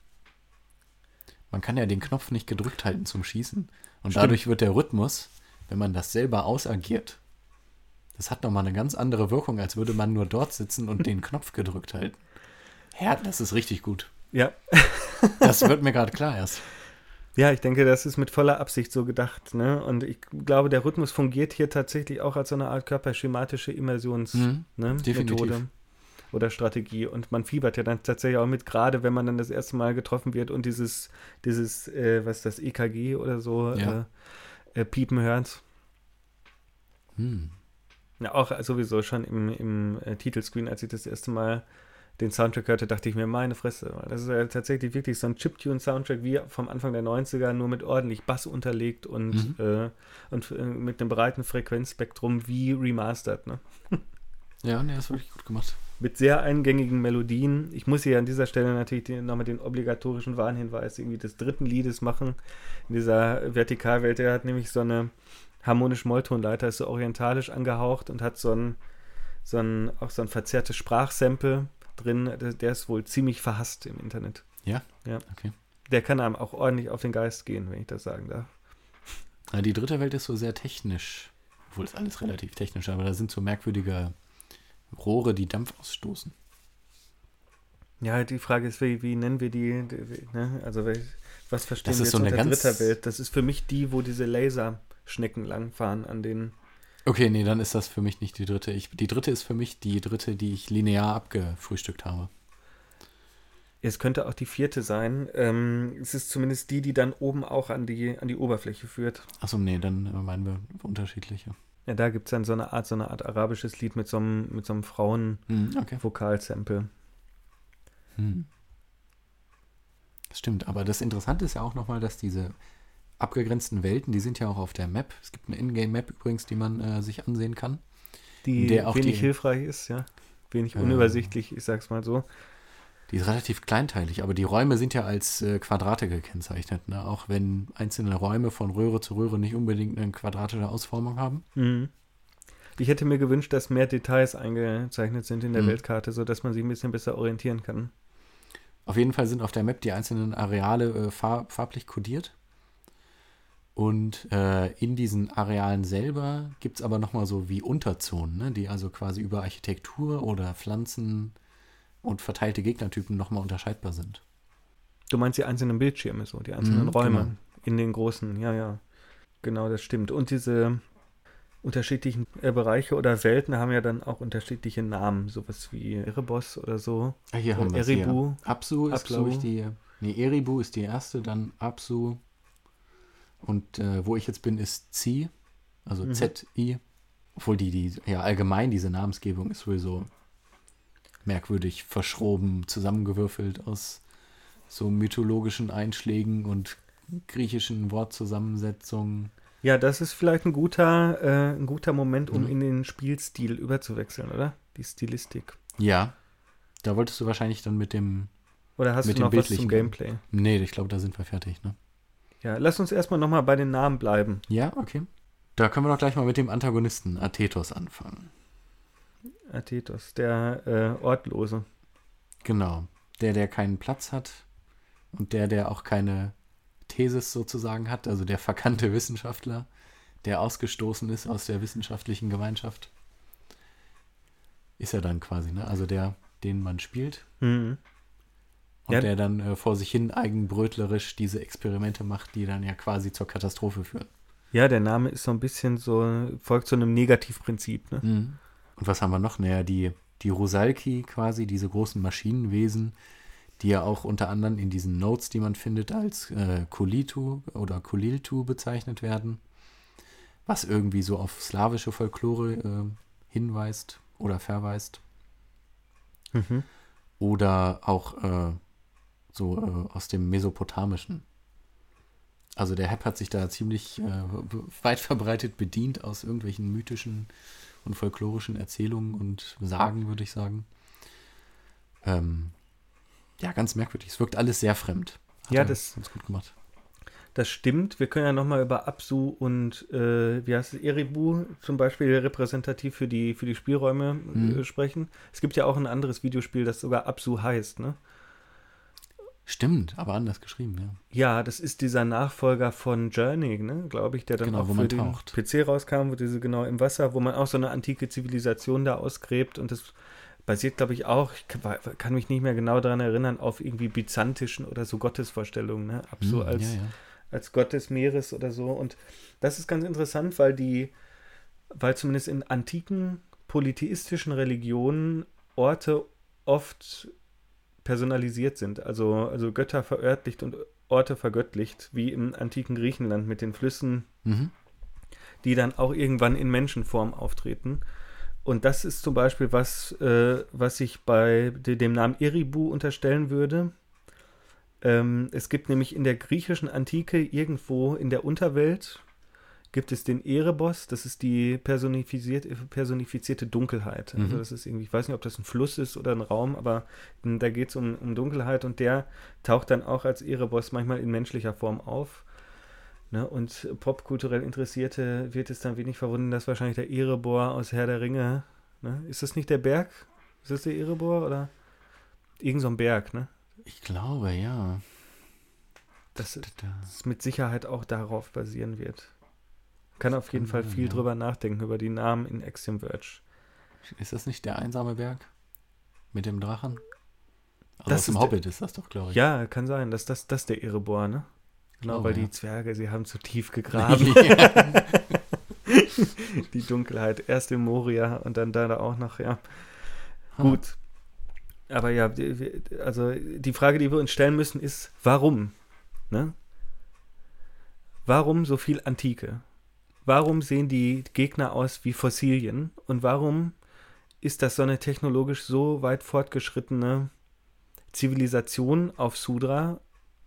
B: Man kann ja den Knopf nicht gedrückt halten zum Schießen. Und Stimmt. dadurch wird der Rhythmus, wenn man das selber ausagiert, das hat nochmal eine ganz andere Wirkung, als würde man nur dort sitzen und den Knopf gedrückt halten. Ja, das ist richtig gut.
A: Ja.
B: Das wird mir gerade klar erst.
A: Ja, ich denke, das ist mit voller Absicht so gedacht. Ne? Und ich glaube, der Rhythmus fungiert hier tatsächlich auch als so eine Art körperschematische Immersions-Methode.
B: Mhm, definitiv.
A: Oder Strategie. Und man fiebert ja dann tatsächlich auch mit, gerade wenn man dann das erste Mal getroffen wird und dieses, dieses äh, was ist das, E K G oder so,
B: ja.
A: äh, äh, piepen hört.
B: Hm.
A: Ja, auch sowieso schon im, im äh, Titelscreen, als ich das erste Mal den Soundtrack hörte, dachte ich mir, meine Fresse. Das ist ja tatsächlich wirklich so ein Chiptune-Soundtrack wie vom Anfang der neunziger, nur mit ordentlich Bass unterlegt und, mhm. äh, und äh, mit einem breiten Frequenzspektrum wie remastered. Ne?
B: Ja, nee, das ist wirklich gut gemacht.
A: Mit sehr eingängigen Melodien. Ich muss hier an dieser Stelle natürlich nochmal den obligatorischen Warnhinweis irgendwie des dritten Liedes machen. In dieser Vertikalwelt, der hat nämlich so eine harmonische Molltonleiter, ist so orientalisch angehaucht und hat so ein, so ein auch so ein verzerrtes Sprachsample drin. Der, der ist wohl ziemlich verhasst im Internet.
B: Ja?
A: Ja.
B: Okay.
A: Der kann einem auch ordentlich auf den Geist gehen, wenn ich das sagen darf.
B: Ja, die dritte Welt ist so sehr technisch. Obwohl, ist alles relativ technisch, aber da sind so merkwürdige Rohre, die Dampf ausstoßen.
A: Ja, die Frage ist, wie, wie nennen wir die, die ne? Also was verstehen
B: das
A: wir
B: ist
A: jetzt
B: so eine
A: unter
B: ganz
A: dritter Welt? Das ist für mich die, wo diese Laserschnecken langfahren an den...
B: Okay, nee, dann ist das für mich nicht die dritte. Ich, die dritte ist für mich die dritte, die ich linear abgefrühstückt habe.
A: Es könnte auch die vierte sein. Ähm, es ist zumindest die, die dann oben auch an die, an die Oberfläche führt.
B: Achso, nee, dann meinen wir unterschiedliche.
A: Ja, da gibt es dann so eine Art, so eine Art arabisches Lied mit so einem, mit so einem Frauen-Vokalsample.
B: Hm, okay. Hm. Das stimmt, aber das Interessante ist ja auch nochmal, dass diese abgegrenzten Welten, die sind ja auch auf der Map. Es gibt eine Ingame-Map übrigens, die man äh, sich ansehen kann.
A: Die
B: der auch
A: wenig
B: die,
A: hilfreich ist, ja. Wenig
B: äh,
A: unübersichtlich, ich sag's mal so.
B: Die ist relativ kleinteilig, aber die Räume sind ja als äh, Quadrate gekennzeichnet, ne? Auch wenn einzelne Räume von Röhre zu Röhre nicht unbedingt eine quadratische Ausformung haben.
A: Mhm. Ich hätte mir gewünscht, dass mehr Details eingezeichnet sind in der
B: mhm.
A: Weltkarte, sodass man sich ein bisschen besser orientieren kann.
B: Auf jeden Fall sind auf der Map die einzelnen Areale äh, farb- farblich kodiert. Und äh, in diesen Arealen selber gibt es aber nochmal so wie Unterzonen, ne? Die also quasi über Architektur oder Pflanzen und verteilte Gegnertypen nochmal unterscheidbar sind.
A: Du meinst die einzelnen Bildschirme, so, die einzelnen
B: mhm,
A: Räume
B: genau.
A: in den großen, ja, ja. Genau, das stimmt. Und diese unterschiedlichen äh, Bereiche oder Welten haben ja dann auch unterschiedliche Namen, sowas wie Erebos oder so.
B: Ah, hier
A: oder
B: haben wir es.
A: Eribu.
B: Apsu ist,
A: Apsu.
B: glaube ich, die. Nee, Eribu ist die erste, dann Apsu. Und äh, wo ich jetzt bin, ist Zi, also
A: mhm.
B: Z I. Obwohl die, die, ja, allgemein diese Namensgebung ist sowieso merkwürdig verschroben, zusammengewürfelt aus so mythologischen Einschlägen und griechischen Wortzusammensetzungen.
A: Ja, das ist vielleicht ein guter, äh, ein guter Moment, um
B: mhm.
A: in den Spielstil überzuwechseln, oder? Die Stilistik.
B: Ja, da wolltest du wahrscheinlich dann mit dem
A: Oder hast
B: mit
A: du noch was zum
B: Bildlichen
A: Gameplay?
B: Nee, ich glaube, da sind wir fertig, ne?
A: Ja, lass uns erstmal nochmal bei den Namen bleiben.
B: Ja, okay. Da können wir doch gleich mal mit dem Antagonisten Athetos anfangen.
A: Athetos, der äh, Ortlose.
B: Genau. Der, der keinen Platz hat und der, der auch keine Thesis sozusagen hat, also der verkannte Wissenschaftler, der ausgestoßen ist aus der wissenschaftlichen Gemeinschaft. Ist er dann quasi, ne? Also der, den man spielt.
A: Mhm.
B: Und
A: Ja.
B: der dann äh, vor sich hin eigenbrötlerisch diese Experimente macht, die dann ja quasi zur Katastrophe führen.
A: Ja, der Name ist so ein bisschen so, folgt so einem Negativprinzip, ne?
B: Mhm. Und was haben wir noch? Naja, die, die Rusalki quasi, diese großen Maschinenwesen, die ja auch unter anderem in diesen Notes, die man findet, als äh, Kulitu oder Kuliltu bezeichnet werden, was irgendwie so auf slawische Folklore äh, hinweist oder verweist.
A: Mhm.
B: Oder auch äh, so äh, aus dem Mesopotamischen. Also der Hep hat sich da ziemlich äh, weit verbreitet bedient aus irgendwelchen mythischen und folklorischen Erzählungen und Sagen, würde ich sagen. Ähm, ja, ganz merkwürdig. Es wirkt alles sehr fremd. Hat
A: Ja,
B: er
A: das-
B: ganz gut gemacht.
A: Das stimmt. Wir können ja nochmal über Apsu und, äh, wie heißt es, Eribu zum Beispiel repräsentativ für die, für die Spielräume
B: Mhm.
A: äh, sprechen. Es gibt ja auch ein anderes Videospiel, das sogar Apsu heißt, ne?
B: Stimmt, aber anders geschrieben, ja.
A: Ja, das ist dieser Nachfolger von Journey, ne, glaube ich, der dann
B: Genau,
A: auch
B: wo
A: für
B: man
A: den
B: taucht.
A: P C rauskam, wo diese genau im Wasser, wo man auch so eine antike Zivilisation da ausgräbt und das basiert, glaube ich, auch, ich kann, kann mich nicht mehr genau daran erinnern, auf irgendwie byzantischen oder so Gottesvorstellungen, ne, Apsu
B: Mhm,
A: als,
B: ja, ja.
A: als Gott des Meeres oder so und das ist ganz interessant, weil die, weil zumindest in antiken polytheistischen Religionen Orte oft personalisiert sind, also, also Götter verörtlicht und Orte vergöttlicht, wie im antiken Griechenland mit den Flüssen,
B: Mhm.
A: die dann auch irgendwann in Menschenform auftreten. Und das ist zum Beispiel was, äh, was ich bei de- dem Namen Eribu unterstellen würde. Ähm, es gibt nämlich in der griechischen Antike irgendwo in der Unterwelt gibt es den Erebos, das ist die personifizierte, personifizierte Dunkelheit. Also
B: Mhm.
A: das ist irgendwie, ich weiß nicht, ob das ein Fluss ist oder ein Raum, aber m, da geht es um, um Dunkelheit und der taucht dann auch als Erebos manchmal in menschlicher Form auf. Ne? Und popkulturell Interessierte wird es dann wenig verwundern, dass wahrscheinlich der Erebor aus Herr der Ringe, ne? Ist das nicht der Berg? Ist das der Erebor oder irgend so ein Berg, ne?
B: Ich glaube, ja.
A: Das
B: Da, da.
A: es mit Sicherheit auch darauf basieren wird. Kann auf jeden
B: kann
A: Fall
B: sein,
A: viel
B: ja.
A: drüber nachdenken, über die Namen in Axiom Verge.
B: Ist das nicht der einsame Berg? Mit dem Drachen? Also
A: Das
B: aus dem
A: ist der-
B: Hobbit ist das doch, glaube ich.
A: Ja, kann sein, dass das, das der Erebor, ne? Genau,
B: Glaube,
A: weil
B: ja.
A: die Zwerge, sie haben zu tief gegraben.
B: Ja.
A: Die Dunkelheit. Erst in Moria und dann da auch noch, ja.
B: Ha.
A: Gut. Aber ja, die- wir- also die Frage, die wir uns stellen müssen, ist, warum? Ne? Warum so viel Antike? Warum sehen die Gegner aus wie Fossilien? Und warum ist das so eine technologisch so weit fortgeschrittene Zivilisation auf Sudra?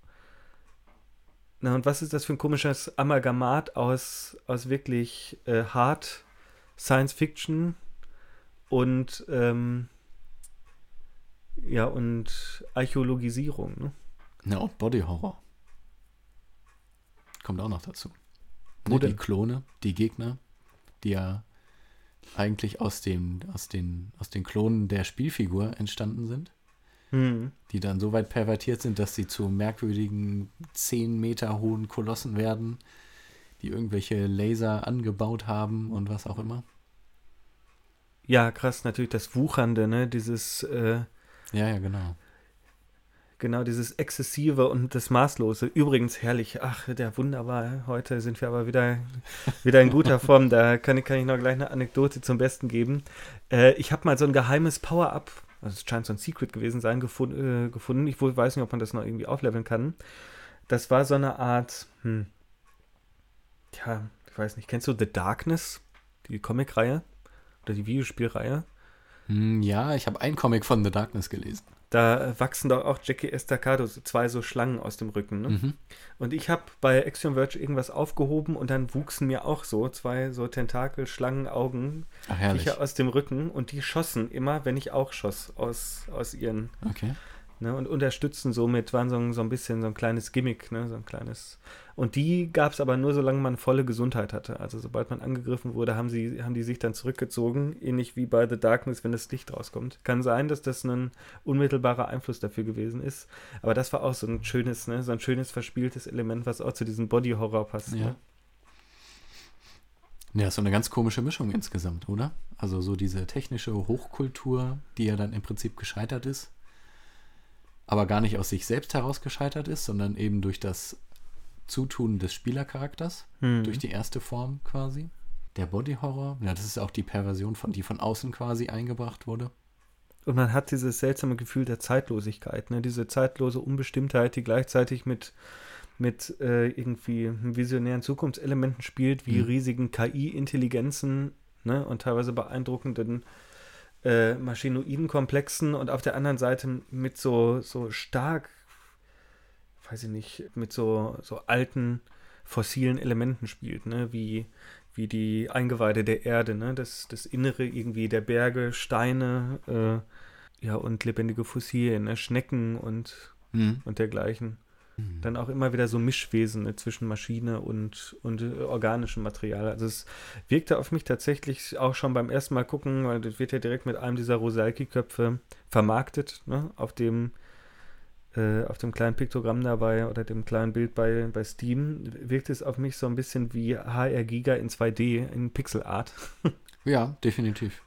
A: Na, und was ist das für ein komisches Amalgamat aus, aus wirklich äh, Hard Science Fiction und ähm, ja, und Archäologisierung, ne?
B: Na, und Body Horror. Kommt auch noch dazu.
A: Wo
B: Ne,
A: denn?
B: die Klone, die Gegner, die ja eigentlich aus, dem, aus, den, aus den Klonen der Spielfigur entstanden sind,
A: Hm.
B: die dann so weit pervertiert sind, dass sie zu merkwürdigen zehn Meter hohen Kolossen werden, die irgendwelche Laser angebaut haben und was auch immer.
A: Ja, krass, natürlich das Wuchernde, ne? Dieses, äh,
B: Ja, ja, genau.
A: genau, dieses Exzessive und das Maßlose. Übrigens herrlich, ach, der wunderbar. Heute sind wir aber wieder, wieder in guter Form. Da kann ich, kann ich noch gleich eine Anekdote zum Besten geben. Äh, ich habe mal so ein geheimes Power-Up, also es scheint so ein Secret gewesen sein, gefund, äh, gefunden. Ich wohl weiß nicht, ob man das noch irgendwie aufleveln kann. Das war so eine Art, hm, tja, ich weiß nicht, kennst du The Darkness? Die Comic-Reihe? Oder die Videospielreihe?
B: Hm, ja, ich habe einen Comic von The Darkness gelesen.
A: Da wachsen doch auch Jackie Estacado so zwei so Schlangen aus dem Rücken, ne?
B: Mhm.
A: Und ich habe bei Axiom Verge irgendwas aufgehoben und dann wuchsen mir auch so zwei so Tentakel, Schlangen, Augen,
B: Ach, herrlich.
A: Viecher aus dem Rücken und die schossen immer, wenn ich auch schoss, aus, aus ihren
B: Okay.
A: Ne, und unterstützen somit, waren so, so ein bisschen so ein kleines Gimmick, ne, so ein kleines. Und die gab es aber nur, solange man volle Gesundheit hatte. Also sobald man angegriffen wurde, haben sie, haben die sich dann zurückgezogen, ähnlich wie bei The Darkness, wenn das Licht rauskommt. Kann sein, dass das ein unmittelbarer Einfluss dafür gewesen ist. Aber das war auch so ein schönes, ne, so ein schönes verspieltes Element, was auch zu diesem Body-Horror passt.
B: Ja.
A: Ne?
B: Ja, ist so eine ganz komische Mischung insgesamt, oder? Also so diese technische Hochkultur, die ja dann im Prinzip gescheitert ist, aber gar nicht aus sich selbst heraus gescheitert ist, sondern eben durch das Zutun des Spielercharakters,
A: Hm.
B: durch die erste Form quasi. Der Body-Horror, ja, das ist auch die Perversion, von, die von außen quasi eingebracht wurde.
A: Und man hat dieses seltsame Gefühl der Zeitlosigkeit, ne? Diese zeitlose Unbestimmtheit, die gleichzeitig mit, mit äh, irgendwie visionären Zukunftselementen spielt, wie
B: Mhm.
A: riesigen K I-Intelligenzen, ne? Und teilweise beeindruckenden äh, Maschinoiden-Komplexen und auf der anderen Seite mit so, so stark, weiß ich nicht, mit so, so alten fossilen Elementen spielt, ne? Wie, wie die Eingeweide der Erde, ne? Das, das Innere irgendwie der Berge, Steine, äh, ja, und lebendige Fossilien, ne? Schnecken und,
B: Mhm.
A: und dergleichen.
B: Mhm.
A: Dann auch immer wieder so Mischwesen, ne, zwischen Maschine und, und äh, organischem Material. Also es wirkte auf mich tatsächlich auch schon beim ersten Mal gucken, weil das wird ja direkt mit einem dieser Rosalki-Köpfe vermarktet, ne, auf dem äh, auf dem kleinen Piktogramm dabei oder dem kleinen Bild bei, bei Steam, wirkt es auf mich so ein bisschen wie H R Giga in zwei D, in Pixelart.
B: Ja, definitiv.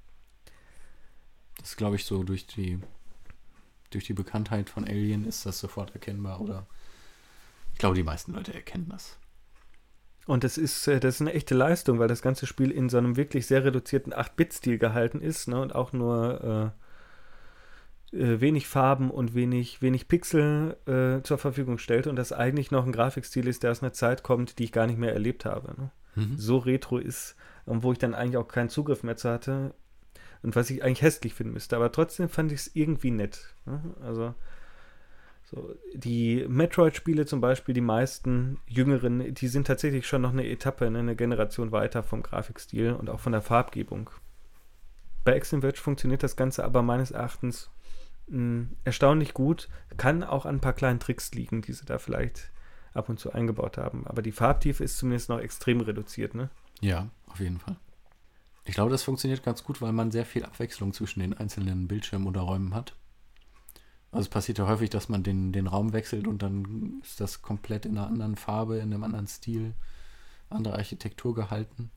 B: Das glaube ich so durch die durch die Bekanntheit von Alien ist das sofort erkennbar, oder ich glaube, die meisten Leute erkennen das.
A: Und das ist, äh, das ist eine echte Leistung, weil das ganze Spiel in so einem wirklich sehr reduzierten acht Bit Stil gehalten ist, ne, und auch nur äh, äh, wenig Farben und wenig, wenig Pixel äh, zur Verfügung stellt und das eigentlich noch ein Grafikstil ist, der aus einer Zeit kommt, die ich gar nicht mehr erlebt habe. Ne?
B: Mhm.
A: So retro ist, und wo ich dann eigentlich auch keinen Zugriff mehr zu hatte und was ich eigentlich hässlich finden müsste. Aber trotzdem fand ich es irgendwie nett. Ne? Also so, die Metroid-Spiele zum Beispiel, die meisten jüngeren, die sind tatsächlich schon noch eine Etappe, ne, eine Generation weiter vom Grafikstil und auch von der Farbgebung. Bei Axiom Verge funktioniert das Ganze aber meines Erachtens mh, erstaunlich gut. Kann auch an ein paar kleinen Tricks liegen, die sie da vielleicht ab und zu eingebaut haben. Aber die Farbtiefe ist zumindest noch extrem reduziert, ne?
B: Ja, auf jeden Fall. Ich glaube, das funktioniert ganz gut, weil man sehr viel Abwechslung zwischen den einzelnen Bildschirmen oder Räumen hat. Also es passiert ja häufig, dass man den, den Raum wechselt und dann ist das komplett in einer anderen Farbe, in einem anderen Stil, andere Architektur gehalten.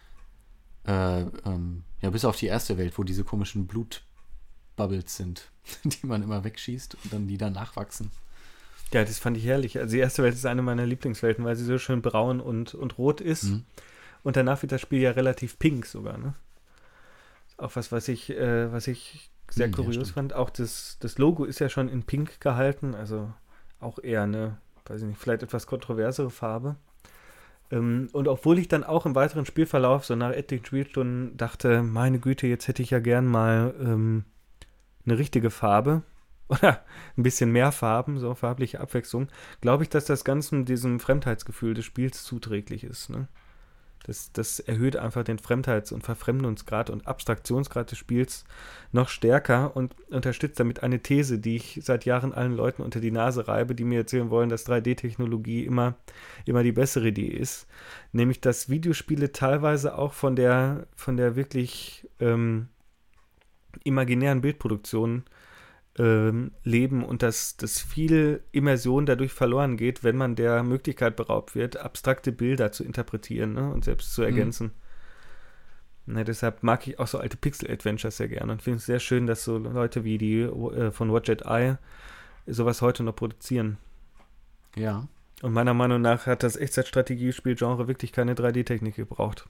B: Äh, ähm, ja, bis auf die erste Welt, wo diese komischen Blutbubbles sind, die man immer wegschießt und dann die dann nachwachsen.
A: Ja, das fand ich herrlich. Also die erste Welt ist eine meiner Lieblingswelten, weil sie so schön braun und, und rot ist.
B: Mhm.
A: Und danach wird das Spiel ja relativ pink sogar, ne? Auch was, was ich, äh, was ich sehr
B: Hm, ja,
A: kurios
B: stimmt.
A: fand. Auch das, das Logo ist ja schon in pink gehalten, also auch eher eine, weiß ich nicht, vielleicht etwas kontroversere Farbe. Ähm, und obwohl ich dann auch im weiteren Spielverlauf, so nach etlichen Spielstunden, dachte, meine Güte, jetzt hätte ich ja gern mal ähm, eine richtige Farbe oder ein bisschen mehr Farben, so farbliche Abwechslung, glaube ich, dass das Ganze diesem Fremdheitsgefühl des Spiels zuträglich ist, ne? Das, das erhöht einfach den Fremdheits- und Verfremdungsgrad und Abstraktionsgrad des Spiels noch stärker und unterstützt damit eine These, die ich seit Jahren allen Leuten unter die Nase reibe, die mir erzählen wollen, dass drei D-Technologie immer, immer die bessere Idee ist. Nämlich, dass Videospiele teilweise auch von der, von der wirklich ähm, imaginären Bildproduktion ähm, leben und dass, dass viel Immersion dadurch verloren geht, wenn man der Möglichkeit beraubt wird, abstrakte Bilder zu interpretieren, ne, und selbst zu ergänzen. Mhm. Ne, deshalb mag ich auch so alte Pixel-Adventures sehr gerne und finde es sehr schön, dass so Leute wie die äh, von Wadjet Eye sowas heute noch produzieren.
B: Ja.
A: Und meiner Meinung nach hat das Echtzeitstrategiespielgenre wirklich keine drei D-Technik gebraucht.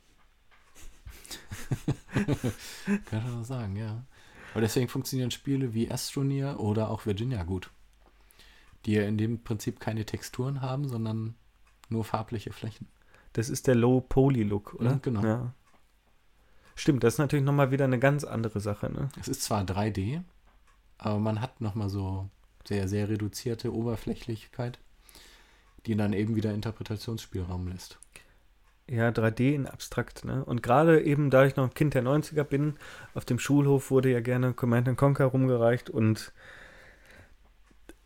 B: Kann man so sagen, ja. Aber deswegen funktionieren Spiele wie Astroneer oder auch Virginia gut. Die ja in dem Prinzip keine Texturen haben, sondern nur farbliche Flächen.
A: Das ist der Low-Poly-Look, oder?
B: Mhm, genau.
A: Ja. Stimmt, das ist natürlich nochmal wieder eine ganz andere Sache, ne?
B: Es ist zwar drei D, aber man hat nochmal so sehr, sehr reduzierte Oberflächlichkeit, die dann eben wieder Interpretationsspielraum lässt.
A: Ja, drei D in abstrakt, ne? Und gerade eben, da ich noch ein Kind der neunziger bin, auf dem Schulhof wurde ja gerne Command and Conquer rumgereicht und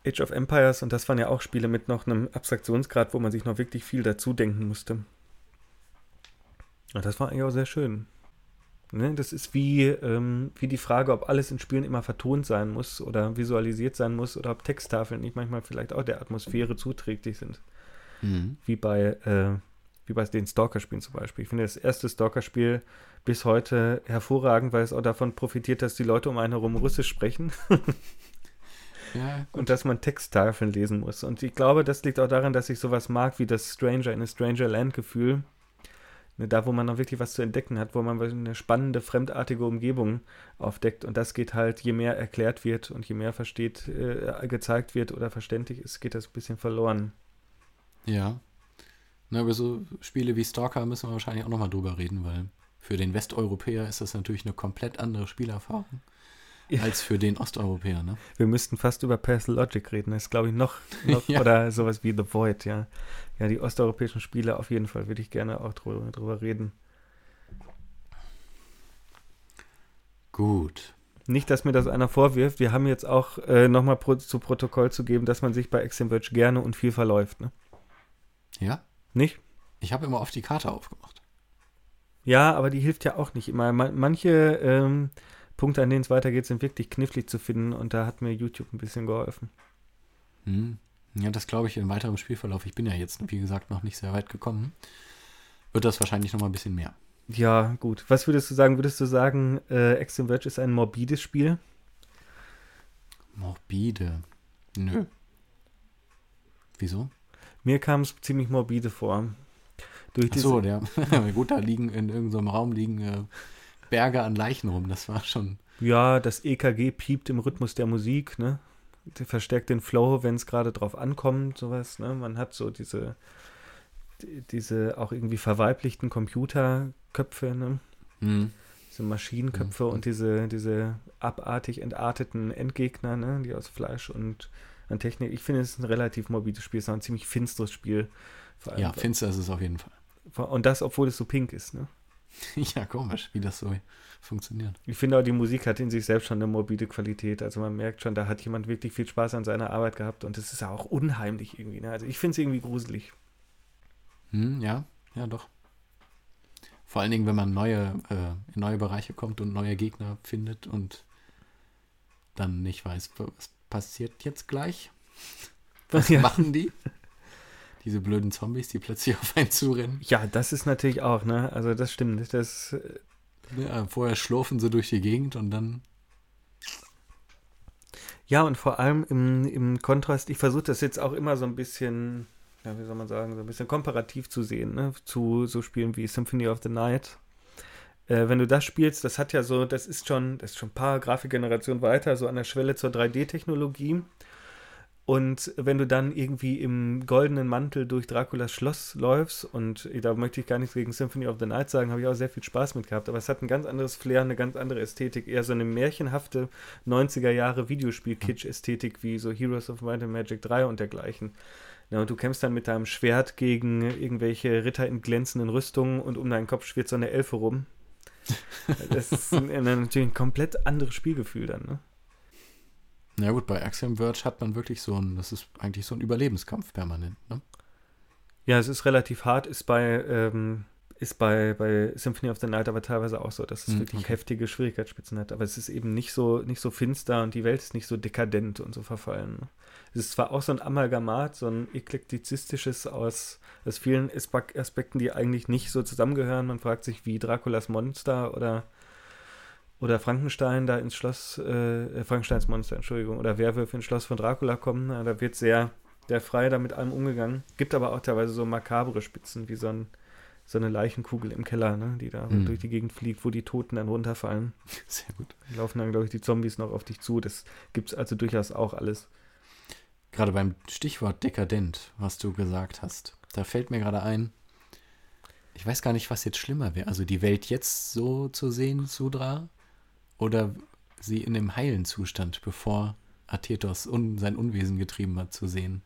A: Age of Empires, und das waren ja auch Spiele mit noch einem Abstraktionsgrad, wo man sich noch wirklich viel dazu denken musste. Und das war eigentlich auch sehr schön. Ne? Das ist wie, ähm, wie die Frage, ob alles in Spielen immer vertont sein muss oder visualisiert sein muss oder ob Texttafeln nicht manchmal vielleicht auch der Atmosphäre zuträglich sind.
B: Mhm.
A: Wie bei, äh, wie bei den Stalker-Spielen zum Beispiel. Ich finde das erste Stalker-Spiel bis heute hervorragend, weil es auch davon profitiert, dass die Leute um einen herum Russisch sprechen.
B: Ja,
A: und dass man Texttafeln lesen muss. Und ich glaube, das liegt auch daran, dass ich sowas mag wie das Stranger in a Stranger Land Gefühl. Ne, da, wo man noch wirklich was zu entdecken hat, wo man eine spannende, fremdartige Umgebung aufdeckt. Und das geht halt, je mehr erklärt wird und je mehr versteht, äh, gezeigt wird oder verständlich ist, geht das ein bisschen verloren.
B: Ja. Na, über so Spiele wie Stalker müssen wir wahrscheinlich auch nochmal drüber reden, weil für den Westeuropäer ist das natürlich eine komplett andere Spielerfahrung ja. als für den Osteuropäer, ne?
A: Wir müssten fast über Pathologic reden. Das ist, glaube ich, noch, noch ja. oder sowas wie The Void, ja. Ja, die osteuropäischen Spiele auf jeden Fall würde ich gerne auch drüber, drüber reden.
B: Gut.
A: Nicht, dass mir das einer vorwirft. Wir haben jetzt auch äh, nochmal pro, zu Protokoll zu geben, dass man sich bei Axiom Verge gerne und viel verläuft, ne?
B: Ja?
A: Nicht?
B: Ich habe immer oft die Karte aufgemacht.
A: Ja, aber die hilft ja auch nicht immer. Man, manche ähm, Punkte, an denen es weitergeht, sind wirklich knifflig zu finden und da hat mir YouTube ein bisschen geholfen.
B: Hm. Ja, das glaube ich im weiteren Spielverlauf. Ich bin ja jetzt, wie gesagt, noch nicht sehr weit gekommen. Wird das wahrscheinlich noch mal ein bisschen mehr.
A: Ja, gut. Was würdest du sagen? Würdest du sagen, äh, Axiom Verge ist ein morbides Spiel?
B: Morbide? Nö. Wieso?
A: Mir kam es ziemlich morbide vor. Durch
B: Ach so, ja. Gut, da liegen in irgendeinem Raum liegen äh, Berge an Leichen rum. Das war schon...
A: Ja, das E K G piept im Rhythmus der Musik, ne? Der verstärkt den Flow, wenn es gerade drauf ankommt, sowas, ne? Man hat so diese, die, diese auch irgendwie verweiblichten Computerköpfe, ne?
B: Mhm.
A: Diese Maschinenköpfe mhm. und diese, diese abartig entarteten Endgegner, ne? Die aus Fleisch und an Technik. Ich finde, es ist ein relativ morbides Spiel. Es ist auch ein ziemlich finsteres Spiel.
B: Vor allem, ja, finster ist es auf jeden Fall.
A: Und das, obwohl es so pink ist, ne?
B: Ja, komisch, wie das so funktioniert.
A: Ich finde auch, die Musik hat in sich selbst schon eine morbide Qualität. Also man merkt schon, da hat jemand wirklich viel Spaß an seiner Arbeit gehabt und es ist auch unheimlich irgendwie. Ne? Also ich finde es irgendwie gruselig.
B: Hm, ja, ja doch. Vor allen Dingen, wenn man neue, äh, in neue Bereiche kommt und neue Gegner findet und dann nicht weiß, was passiert jetzt gleich. Was ja. machen die? Diese blöden Zombies, die plötzlich auf einen zurennen.
A: Ja, das ist natürlich auch, ne? Also das stimmt. Das,
B: ja, vorher schlurfen sie durch die Gegend und dann...
A: Ja, und vor allem im, im Kontrast, ich versuche das jetzt auch immer so ein bisschen, ja, wie soll man sagen, so ein bisschen komparativ zu sehen, ne? Zu so Spielen wie Symphony of the Night. Äh, wenn du das spielst, das hat ja so, das ist schon, das ist schon ein paar Grafikgenerationen weiter, so an der Schwelle zur drei D-Technologie. Und wenn du dann irgendwie im goldenen Mantel durch Draculas Schloss läufst, und da möchte ich gar nichts gegen Symphony of the Night sagen, habe ich auch sehr viel Spaß mit gehabt, aber es hat ein ganz anderes Flair, eine ganz andere Ästhetik, eher so eine märchenhafte neunziger Jahre Videospiel-Kitsch-Ästhetik wie so Heroes of Might and Magic drei und dergleichen. Ja, und du kämpfst dann mit deinem Schwert gegen irgendwelche Ritter in glänzenden Rüstungen und um deinen Kopf schwirrt so eine Elfe rum. Das ist ein, ein, natürlich ein komplett anderes Spielgefühl dann, ne?
B: Na gut, bei Axiom Verge hat man wirklich so ein, das ist eigentlich so ein Überlebenskampf permanent, ne?
A: Ja, es ist relativ hart, ist bei, ähm, ist bei, bei Symphony of the Night aber teilweise auch so, dass es hm, wirklich okay. heftige Schwierigkeitsspitzen hat. Aber es ist eben nicht so, nicht so finster und die Welt ist nicht so dekadent und so verfallen. Ne? Es ist zwar auch so ein Amalgamat, so ein eklektizistisches aus, aus vielen Aspekten, die eigentlich nicht so zusammengehören. Man fragt sich, wie Draculas Monster oder Oder Frankenstein da ins Schloss, äh, Frankensteins Monster, Entschuldigung, oder Werwölfe ins Schloss von Dracula kommen. Na, da wird sehr, sehr frei da mit allem umgegangen. Gibt aber auch teilweise so makabre Spitzen, wie so, ein, so eine Leichenkugel im Keller, ne, die da mhm. durch die Gegend fliegt, wo die Toten dann runterfallen.
B: Sehr gut.
A: Die laufen dann, glaube ich, die Zombies noch auf dich zu. Das gibt es also durchaus auch alles.
B: Gerade beim Stichwort dekadent, was du gesagt hast, da fällt mir gerade ein, ich weiß gar nicht, was jetzt schlimmer wäre. Also die Welt jetzt so zu sehen, Sudra, oder sie in dem heilen Zustand, bevor Athetos un, sein Unwesen getrieben hat, zu sehen.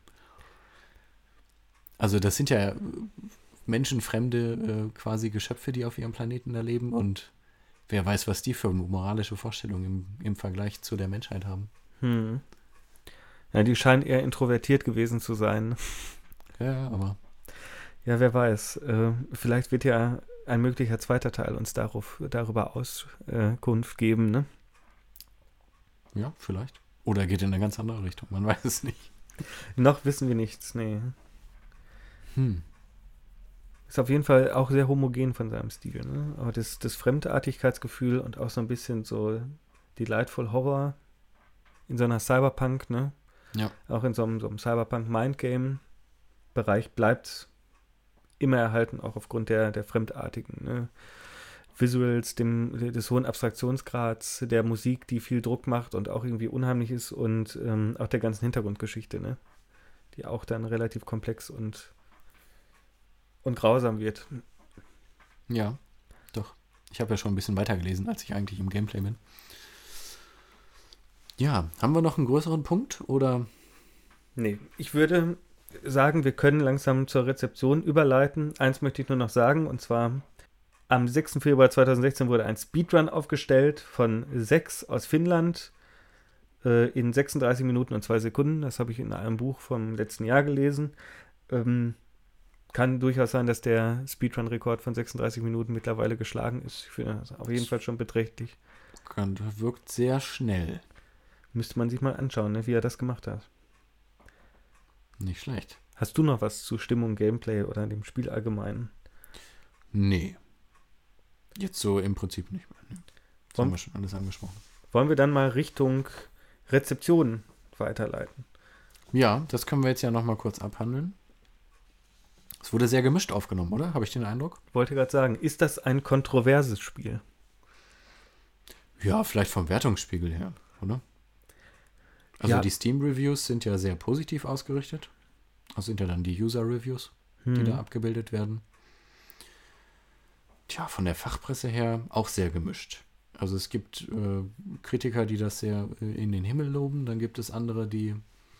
B: Also das sind ja menschenfremde äh, quasi Geschöpfe, die auf ihrem Planeten da leben und wer weiß, was die für moralische Vorstellungen im, im Vergleich zu der Menschheit haben.
A: Hm. Ja, die scheinen eher introvertiert gewesen zu sein.
B: Ja, aber...
A: Ja, wer weiß. Äh, vielleicht wird ja ein möglicher zweiter Teil uns darauf, darüber Auskunft geben, ne?
B: Ja, vielleicht. Oder geht in eine ganz andere Richtung, man weiß es nicht.
A: Noch wissen wir nichts, nee.
B: Hm.
A: Ist auf jeden Fall auch sehr homogen von seinem Stil, ne? Aber das, das Fremdartigkeitsgefühl und auch so ein bisschen so Delightful Horror in so einer Cyberpunk, ne?
B: Ja.
A: Auch in so einem, so einem Cyberpunk-Mindgame-Bereich bleibt immer erhalten, auch aufgrund der, der fremdartigen, ne? Visuals, dem, des hohen Abstraktionsgrads, der Musik, die viel Druck macht und auch irgendwie unheimlich ist und ähm, auch der ganzen Hintergrundgeschichte, ne? Die auch dann relativ komplex und, und grausam wird.
B: Ja, doch. Ich habe ja schon ein bisschen weitergelesen, als ich eigentlich im Gameplay bin. Ja, haben wir noch einen größeren Punkt oder?
A: Nee, ich würde sagen, wir können langsam zur Rezeption überleiten. Eins möchte ich nur noch sagen, und zwar am sechsten Februar zweitausendsechzehn wurde ein Speedrun aufgestellt von sechs aus Finnland äh, in sechsunddreißig Minuten und zwei Sekunden. Das habe ich in einem Buch vom letzten Jahr gelesen. Ähm, kann durchaus sein, dass der Speedrun-Rekord von sechsunddreißig Minuten mittlerweile geschlagen ist. Ich finde das auf jeden Fall schon beträchtlich.
B: Wirkt sehr schnell.
A: Müsste man sich mal anschauen, ne, wie er das gemacht hat.
B: Nicht schlecht.
A: Hast du noch was zu Stimmung, Gameplay oder dem Spiel allgemein?
B: Nee. Jetzt so im Prinzip nicht mehr. Nee. Das haben wir schon alles angesprochen.
A: Wollen wir dann mal Richtung Rezeption weiterleiten?
B: Ja, das können wir jetzt ja nochmal kurz abhandeln. Es wurde sehr gemischt aufgenommen, oder? Habe ich den Eindruck?
A: Wollte gerade sagen, ist das ein kontroverses Spiel?
B: Ja, vielleicht vom Wertungsspiegel her, oder? Also
A: ja.
B: Die Steam-Reviews sind ja sehr positiv ausgerichtet. Das sind ja dann die User-Reviews,
A: hm.
B: die da abgebildet werden. Tja, von der Fachpresse her auch sehr gemischt. Also es gibt äh, Kritiker, die das sehr äh, in den Himmel loben. Dann gibt es andere, die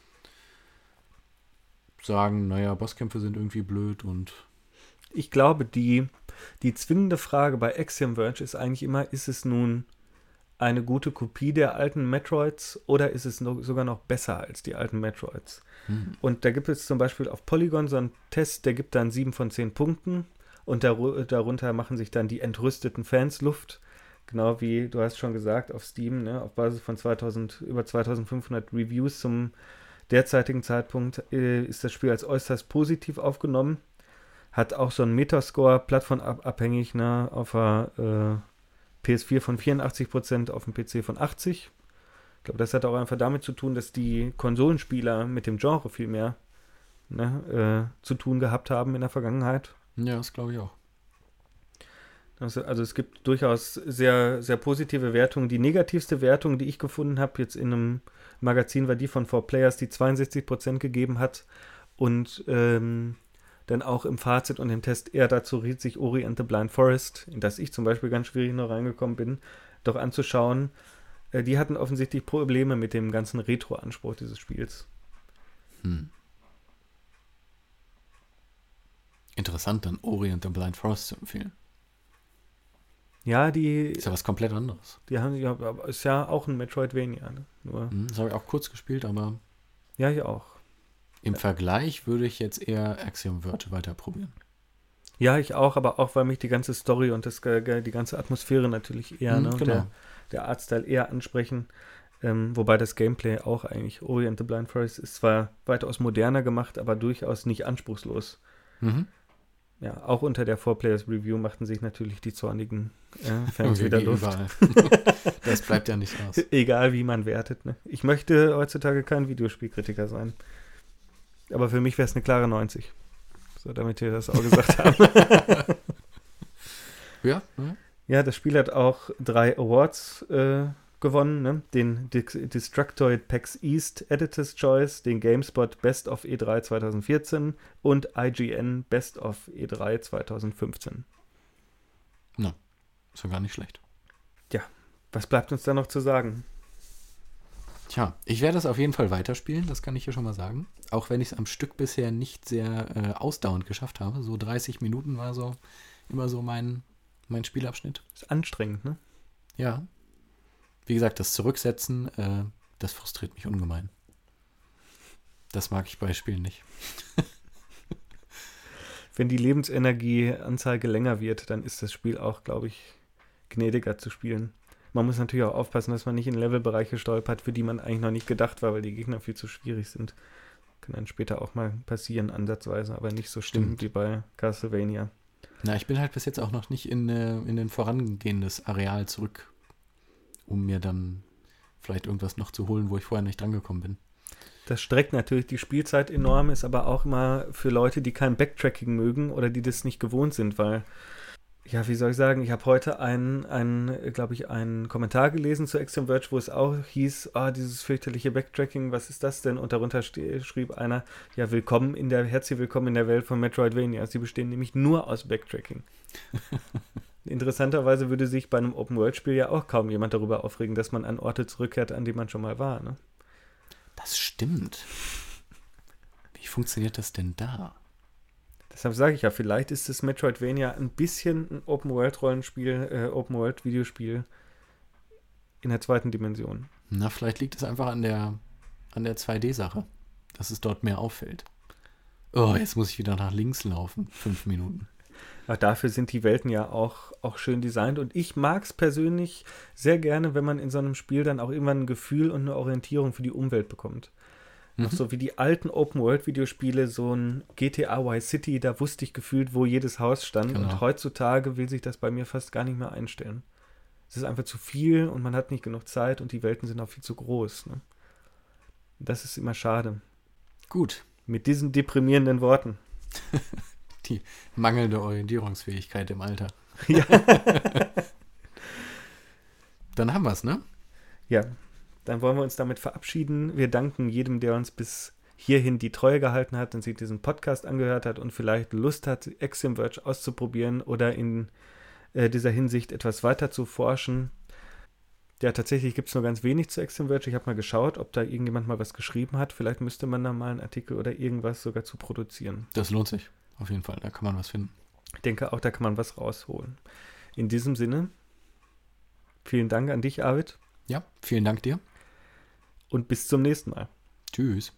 B: sagen, naja, Bosskämpfe sind irgendwie blöd und...
A: Ich glaube, die, die zwingende Frage bei Axiom Verge ist eigentlich immer, ist es nun eine gute Kopie der alten Metroids oder ist es noch, sogar noch besser als die alten Metroids?
B: Hm.
A: Und da gibt es zum Beispiel auf Polygon so einen Test, der gibt dann sieben von zehn Punkten und dar- darunter machen sich dann die entrüsteten Fans Luft. Genau wie, du hast schon gesagt, auf Steam, ne, auf Basis von zweitausend, über zweitausendfünfhundert Reviews zum derzeitigen Zeitpunkt äh, ist das Spiel als äußerst positiv aufgenommen. Hat auch so einen Metascore, plattformabhängig, ne, auf der äh, P S vier von vierundachtzig Prozent, auf dem P C von achtzig. Ich glaube, das hat auch einfach damit zu tun, dass die Konsolenspieler mit dem Genre viel mehr ne, äh, zu tun gehabt haben in der Vergangenheit.
B: Ja, das glaube ich auch.
A: Also, also es gibt durchaus sehr, sehr positive Wertungen. Die negativste Wertung, die ich gefunden habe, jetzt in einem Magazin, war die von four Players, die zweiundsechzig Prozent gegeben hat und ähm, dann auch im Fazit und im Test eher dazu riet, sich Ori and the Blind Forest, in das ich zum Beispiel ganz schwierig noch reingekommen bin, doch anzuschauen. Äh, die hatten offensichtlich Probleme mit dem ganzen Retro-Anspruch dieses Spiels.
B: Hm. Interessant, dann Ori and the Blind Forest zu empfehlen.
A: Ja, die...
B: Ist ja was komplett anderes.
A: Die haben ja, ist ja auch ein Metroidvania, ne? Nur,
B: Hm, das habe ich auch kurz gespielt, aber...
A: Ja, ich auch.
B: Im Vergleich würde ich jetzt eher Axiom Verge weiter probieren.
A: Ja, ich auch, aber auch, weil mich die ganze Story und das, die ganze Atmosphäre natürlich eher,
B: Mhm,
A: ne,
B: genau.
A: der, der Artstyle eher ansprechen. Ähm, wobei das Gameplay auch eigentlich, Ori and the Blind Forest, ist zwar weitaus moderner gemacht, aber durchaus nicht anspruchslos.
B: Mhm.
A: Ja, auch unter der four Players Review machten sich natürlich die zornigen äh, Fans
B: Wie
A: wieder Luft.
B: überall. Das bleibt ja nicht aus.
A: Egal, wie man wertet. Ne? Ich möchte heutzutage kein Videospielkritiker sein. Aber für mich wäre es eine klare neunzig. So, damit wir das auch gesagt haben.
B: Ja, ja.
A: Ja, das Spiel hat auch drei Awards äh, gewonnen. Ne? Den Destructoid PAX East Editor's Choice, den GameSpot Best of E drei zweitausendvierzehn und I G N Best of E drei zweitausendfünfzehn.
B: No, ist ja gar nicht schlecht.
A: Ja, was bleibt uns da noch zu sagen?
B: Tja, ich werde es auf jeden Fall weiterspielen, das kann ich hier schon mal sagen. Auch wenn ich es am Stück bisher nicht sehr äh, ausdauernd geschafft habe. So dreißig Minuten war so immer so mein, mein Spielabschnitt.
A: Ist anstrengend, ne?
B: Ja. Wie gesagt, das Zurücksetzen, äh, das frustriert mich ungemein. Das mag ich bei Spielen nicht.
A: Wenn die Lebensenergieanzeige länger wird, dann ist das Spiel auch, glaube ich, gnädiger zu spielen. Man muss natürlich auch aufpassen, dass man nicht in Levelbereiche stolpert, für die man eigentlich noch nicht gedacht war, weil die Gegner viel zu schwierig sind. Kann dann später auch mal passieren, ansatzweise, aber nicht so schlimm
B: Stimmt.
A: wie bei Castlevania.
B: Na, ich bin halt bis jetzt auch noch nicht in, äh, in ein vorangehendes Areal zurück, um mir dann vielleicht irgendwas noch zu holen, wo ich vorher nicht drangekommen bin.
A: Das streckt natürlich die Spielzeit enorm, ist aber auch immer für Leute, die kein Backtracking mögen oder die das nicht gewohnt sind, weil, ja, wie soll ich sagen, ich habe heute einen, einen glaube ich, einen Kommentar gelesen zu Axiom Verge, wo es auch hieß, ah, dieses fürchterliche Backtracking, was ist das denn? Und darunter ste- schrieb einer, ja, willkommen in der, herzlich willkommen in der Welt von Metroidvania. Sie bestehen nämlich nur aus Backtracking. Interessanterweise würde sich bei einem Open-World-Spiel ja auch kaum jemand darüber aufregen, dass man an Orte zurückkehrt, an denen man schon mal war, ne?
B: Das stimmt. Wie funktioniert das denn da?
A: Deshalb sage ich ja, vielleicht ist das Metroidvania ein bisschen ein Open-World-Rollenspiel, äh, Open-World-Videospiel in der zweiten Dimension.
B: Na, vielleicht liegt es einfach an der, an der zwei D-Sache, dass es dort mehr auffällt. Oh, jetzt muss ich wieder nach links laufen. Fünf Minuten.
A: Aber dafür sind die Welten ja auch, auch schön designt. Und ich mag es persönlich sehr gerne, wenn man in so einem Spiel dann auch irgendwann ein Gefühl und eine Orientierung für die Umwelt bekommt.
B: Mhm.
A: Noch so wie die alten Open-World-Videospiele, so ein G T A Vice City, da wusste ich gefühlt, wo jedes Haus stand.
B: Genau.
A: Und heutzutage will sich das bei mir fast gar nicht mehr einstellen. Es ist einfach zu viel und man hat nicht genug Zeit und die Welten sind auch viel zu groß. Ne? Das ist immer schade.
B: Gut.
A: Mit diesen deprimierenden Worten.
B: Die mangelnde Orientierungsfähigkeit im Alter.
A: Ja.
B: Dann haben wir es, ne?
A: Ja, dann wollen wir uns damit verabschieden. Wir danken jedem, der uns bis hierhin die Treue gehalten hat und sich diesen Podcast angehört hat und vielleicht Lust hat, Axiom Verge auszuprobieren oder in äh, dieser Hinsicht etwas weiter zu forschen. Ja, tatsächlich gibt es nur ganz wenig zu Axiom Verge. Ich habe mal geschaut, ob da irgendjemand mal was geschrieben hat. Vielleicht müsste man da mal einen Artikel oder irgendwas sogar zu produzieren.
B: Das lohnt sich. Auf jeden Fall, da kann man was finden.
A: Ich denke auch, da kann man was rausholen. In diesem Sinne, vielen Dank an dich, Arvid.
B: Ja, vielen Dank dir.
A: Und bis zum nächsten Mal.
B: Tschüss.